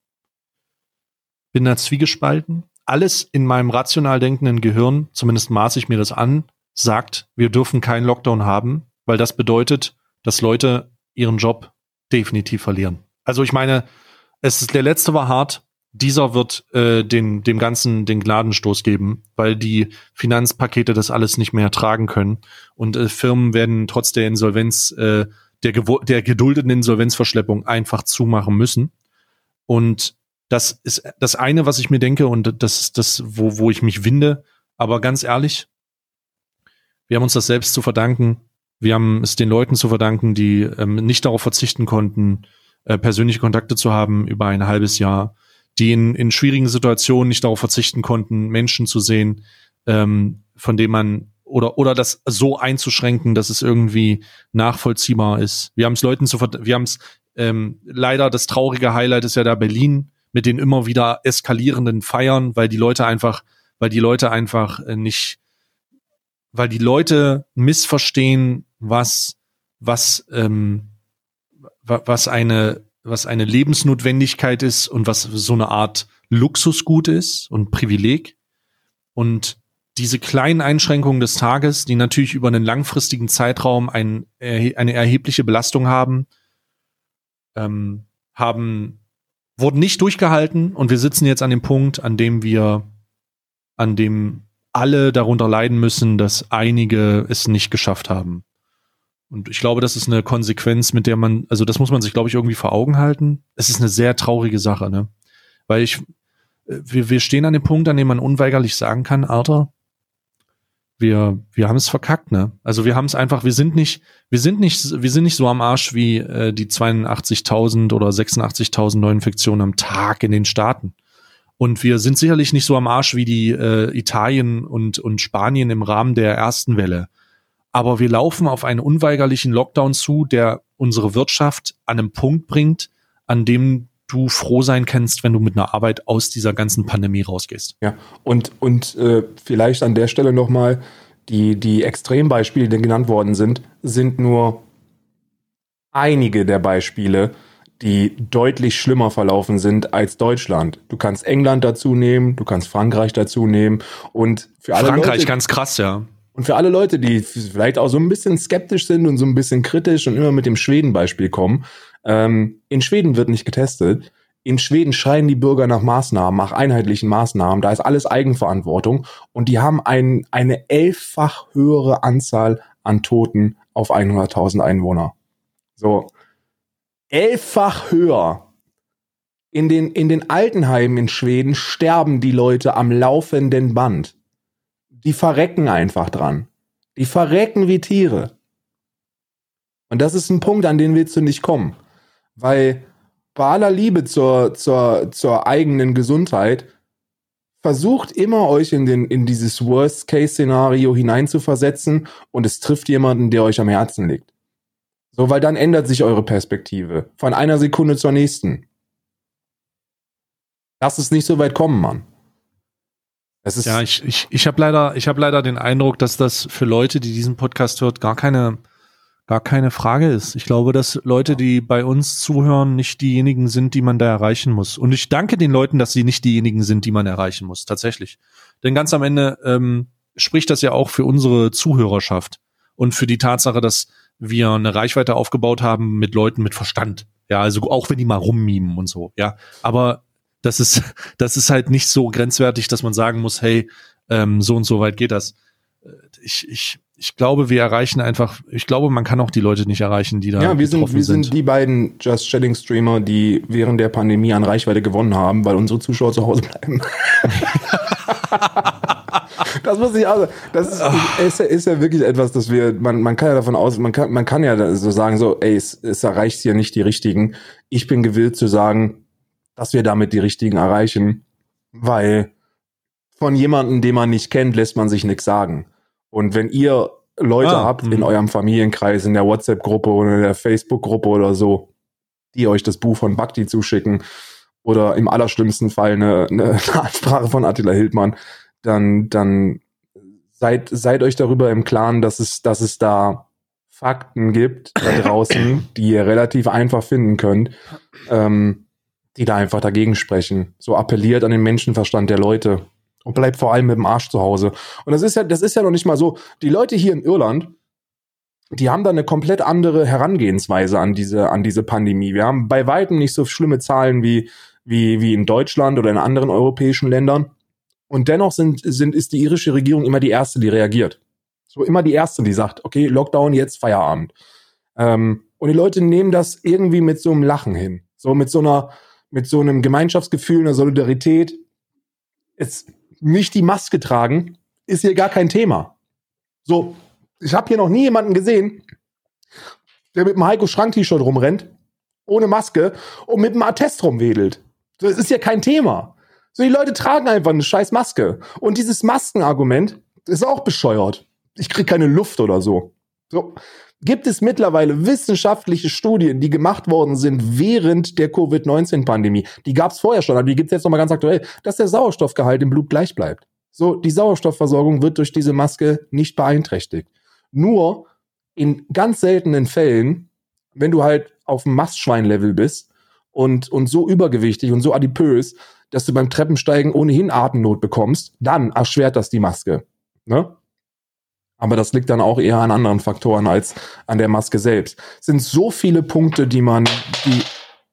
bin da zwiegespalten. Alles in meinem rational denkenden Gehirn, zumindest maße ich mir das an, sagt, wir dürfen keinen Lockdown haben, weil das bedeutet, dass Leute ihren Job definitiv verlieren. Also ich meine, es ist, der letzte war hart, dieser wird äh, den, dem Ganzen den Gnadenstoß geben, weil die Finanzpakete das alles nicht mehr tragen können und äh, Firmen werden trotz der Insolvenz, äh, der, gewo- der geduldeten Insolvenzverschleppung einfach zumachen müssen. Und das ist das eine, was ich mir denke und das ist das, wo, wo ich mich winde. Aber ganz ehrlich, wir haben uns das selbst zu verdanken. Wir haben es den Leuten zu verdanken, die ähm, nicht darauf verzichten konnten, äh, persönliche Kontakte zu haben über ein halbes Jahr, die in, in schwierigen Situationen nicht darauf verzichten konnten, Menschen zu sehen, ähm, von denen man oder oder das so einzuschränken, dass es irgendwie nachvollziehbar ist. Wir haben es Leuten zu verd- wir haben es ähm, leider, das traurige Highlight ist ja da Berlin mit den immer wieder eskalierenden Feiern, weil die Leute einfach, weil die Leute einfach äh, nicht weil die Leute missverstehen, was was ähm, was eine was eine Lebensnotwendigkeit ist und was so eine Art Luxusgut ist und Privileg. Und diese kleinen Einschränkungen des Tages, die natürlich über einen langfristigen Zeitraum ein, eine erhebliche Belastung haben, ähm, haben wurden nicht durchgehalten und wir sitzen jetzt an dem Punkt, an dem wir an dem alle darunter leiden müssen, dass einige es nicht geschafft haben. Und ich glaube, das ist eine Konsequenz, mit der man, also das muss man sich, glaube ich, irgendwie vor Augen halten. Es ist eine sehr traurige Sache, ne? Weil ich, wir, wir stehen an dem Punkt, an dem man unweigerlich sagen kann, Alter, wir, wir haben es verkackt, ne? Also wir haben es einfach, wir sind nicht, wir sind nicht, wir sind nicht so am Arsch wie äh, die zweiundachtzigtausend oder sechsundachtzigtausend Neuinfektionen am Tag in den Staaten. Und wir sind sicherlich nicht so am Arsch wie die äh, Italien und, und Spanien im Rahmen der ersten Welle. Aber wir laufen auf einen unweigerlichen Lockdown zu, der unsere Wirtschaft an einem Punkt bringt, an dem du froh sein kannst, wenn du mit einer Arbeit aus dieser ganzen Pandemie rausgehst. Ja, und, und äh, vielleicht an der Stelle nochmal, die, die Extrembeispiele, die genannt worden sind, sind nur einige der Beispiele, die deutlich schlimmer verlaufen sind als Deutschland. Du kannst England dazu nehmen, du kannst Frankreich dazu nehmen und für alle Frankreich, Leute, ganz krass, ja. und für alle Leute, die vielleicht auch so ein bisschen skeptisch sind und so ein bisschen kritisch und immer mit dem Schweden-Beispiel kommen, ähm, in Schweden wird nicht getestet. In Schweden schreien die Bürger nach Maßnahmen, nach einheitlichen Maßnahmen. Da ist alles Eigenverantwortung und die haben ein, eine elffach höhere Anzahl an Toten auf hunderttausend Einwohner. So. Elffach höher. In den, in den Altenheimen in Schweden sterben die Leute am laufenden Band. Die verrecken einfach dran. Die verrecken wie Tiere. Und das ist ein Punkt, an den willst du nicht kommen. Weil bei aller Liebe zur, zur, zur eigenen Gesundheit versucht immer, euch in, den, in dieses Worst-Case-Szenario hineinzuversetzen und es trifft jemanden, der euch am Herzen liegt. So, weil dann ändert sich eure Perspektive. Von einer Sekunde zur nächsten. Lass es nicht so weit kommen, Mann. Das ist ja, ich, ich, ich habe leider, ich habe leider den Eindruck, dass das für Leute, die diesen Podcast hört, gar keine, gar keine Frage ist. Ich glaube, dass Leute, die bei uns zuhören, nicht diejenigen sind, die man da erreichen muss. Und ich danke den Leuten, dass sie nicht diejenigen sind, die man erreichen muss, tatsächlich. Denn ganz am Ende ähm, spricht das ja auch für unsere Zuhörerschaft und für die Tatsache, dass wir eine Reichweite aufgebaut haben mit Leuten mit Verstand. Ja, also auch wenn die mal rummimen und so, ja. Aber das ist, das ist halt nicht so grenzwertig, dass man sagen muss, hey, ähm, so und so weit geht das. Ich, ich, ich glaube, wir erreichen einfach, ich glaube, man kann auch die Leute nicht erreichen, die da ja, wir sind, wir sind. sind die beiden Just Chatting Streamer, die während der Pandemie an Reichweite gewonnen haben, weil unsere Zuschauer zu Hause bleiben. Das muss ich also, das ist, ist, ja, ist ja wirklich etwas, dass wir, man, man kann ja davon aus, man kann, man kann ja so sagen, so, ey, es, es erreicht hier nicht die Richtigen. Ich bin gewillt zu sagen, dass wir damit die Richtigen erreichen, weil von jemandem, den man nicht kennt, lässt man sich nichts sagen. Und wenn ihr Leute ah, habt mh. in eurem Familienkreis, in der WhatsApp-Gruppe oder in der Facebook-Gruppe oder so, die euch das Buch von Bhakti zuschicken oder im allerschlimmsten Fall eine, eine Ansprache von Attila Hildmann, dann, dann seid, seid euch darüber im Klaren, dass es, dass es da Fakten gibt da draußen, die ihr relativ einfach finden könnt, ähm, die da einfach dagegen sprechen. So appelliert an den Menschenverstand der Leute und bleibt vor allem mit dem Arsch zu Hause. Und das ist ja, das ist ja noch nicht mal so. Die Leute hier in Irland, die haben da eine komplett andere Herangehensweise an diese, an diese Pandemie. Wir haben bei weitem nicht so schlimme Zahlen wie, wie, wie in Deutschland oder in anderen europäischen Ländern. Und dennoch sind, sind, ist die irische Regierung immer die erste, die reagiert. So immer die erste, die sagt, okay, Lockdown, jetzt Feierabend. Ähm, und die Leute nehmen das irgendwie mit so einem Lachen hin. So mit so einer, mit so einem Gemeinschaftsgefühl, einer Solidarität. Jetzt nicht die Maske tragen, ist hier gar kein Thema. So, ich habe hier noch nie jemanden gesehen, der mit einem Heiko Schrank-T-Shirt rumrennt, ohne Maske und mit einem Attest rumwedelt. Das ist ja kein Thema. So, die Leute tragen einfach eine scheiß Maske. Und dieses Maskenargument ist auch bescheuert. Ich krieg keine Luft oder so. So. Gibt es mittlerweile wissenschaftliche Studien, die gemacht worden sind während der Covid neunzehn Pandemie. Die gab es vorher schon, aber die gibt es jetzt nochmal ganz aktuell, dass der Sauerstoffgehalt im Blut gleich bleibt. So, die Sauerstoffversorgung wird durch diese Maske nicht beeinträchtigt. Nur in ganz seltenen Fällen, wenn du halt auf dem Mastschwein-Level bist und, und so übergewichtig und so adipös, dass du beim Treppensteigen ohnehin Atemnot bekommst, dann erschwert das die Maske. Ne? Aber das liegt dann auch eher an anderen Faktoren als an der Maske selbst. Es sind so viele Punkte, die man, die,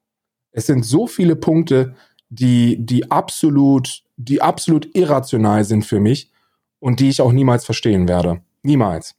es sind so viele Punkte, die, die absolut, die absolut irrational sind für mich und die ich auch niemals verstehen werde. Niemals.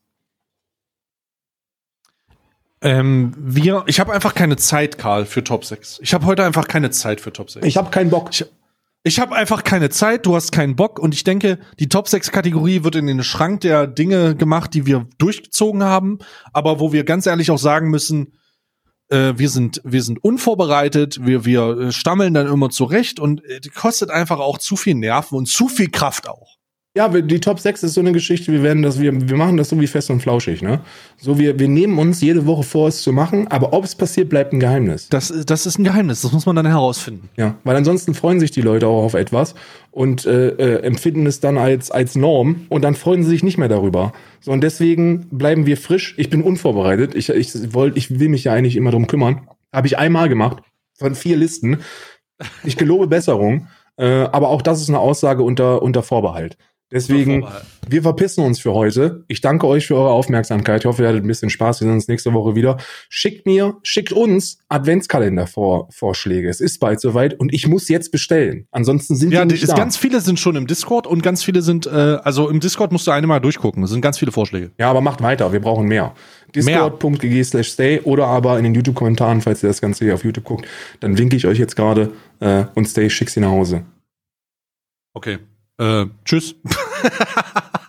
Ähm, wir, ich habe einfach keine Zeit, Karl, für Top sechs. Ich habe heute einfach keine Zeit für Top sechs. Ich habe keinen Bock. Ich, Ich habe einfach keine Zeit, du hast keinen Bock und ich denke, die Top sechs Kategorie wird in den Schrank der Dinge gemacht, die wir durchgezogen haben, aber wo wir ganz ehrlich auch sagen müssen, äh, wir sind wir sind unvorbereitet, wir wir stammeln dann immer zurecht und äh, die kostet einfach auch zu viel Nerven und zu viel Kraft auch. Ja, die Top sechs ist so eine Geschichte, wir werden das, wir, wir machen das so wie fest und flauschig, ne? So, wir, wir nehmen uns jede Woche vor, es zu machen, aber ob es passiert, bleibt ein Geheimnis. Das, das ist ein Geheimnis, das muss man dann herausfinden. Ja, weil ansonsten freuen sich die Leute auch auf etwas und äh, äh, empfinden es dann als, als Norm und dann freuen sie sich nicht mehr darüber. So, und deswegen bleiben wir frisch. Ich bin unvorbereitet. Ich, ich, wollt, ich will mich ja eigentlich immer drum kümmern. Habe ich einmal gemacht, von vier Listen. Ich gelobe Besserung, äh, aber auch das ist eine Aussage unter, unter Vorbehalt. Deswegen, wir verpissen uns für heute. Ich danke euch für eure Aufmerksamkeit. Ich hoffe, ihr hattet ein bisschen Spaß. Wir sehen uns nächste Woche wieder. Schickt mir, schickt uns Adventskalender-Vorschläge. Es ist bald soweit und ich muss jetzt bestellen. Ansonsten sind ja, die nicht ist, da. ganz viele sind schon im Discord und ganz viele sind, äh, also im Discord musst du eine mal durchgucken. Es sind ganz viele Vorschläge. Ja, aber macht weiter. Wir brauchen mehr. Discord.gg slash stay oder aber in den YouTube-Kommentaren, falls ihr das Ganze hier auf YouTube guckt, dann winke ich euch jetzt gerade äh, und Stay, schick sie nach Hause. Okay. Äh, tschüss.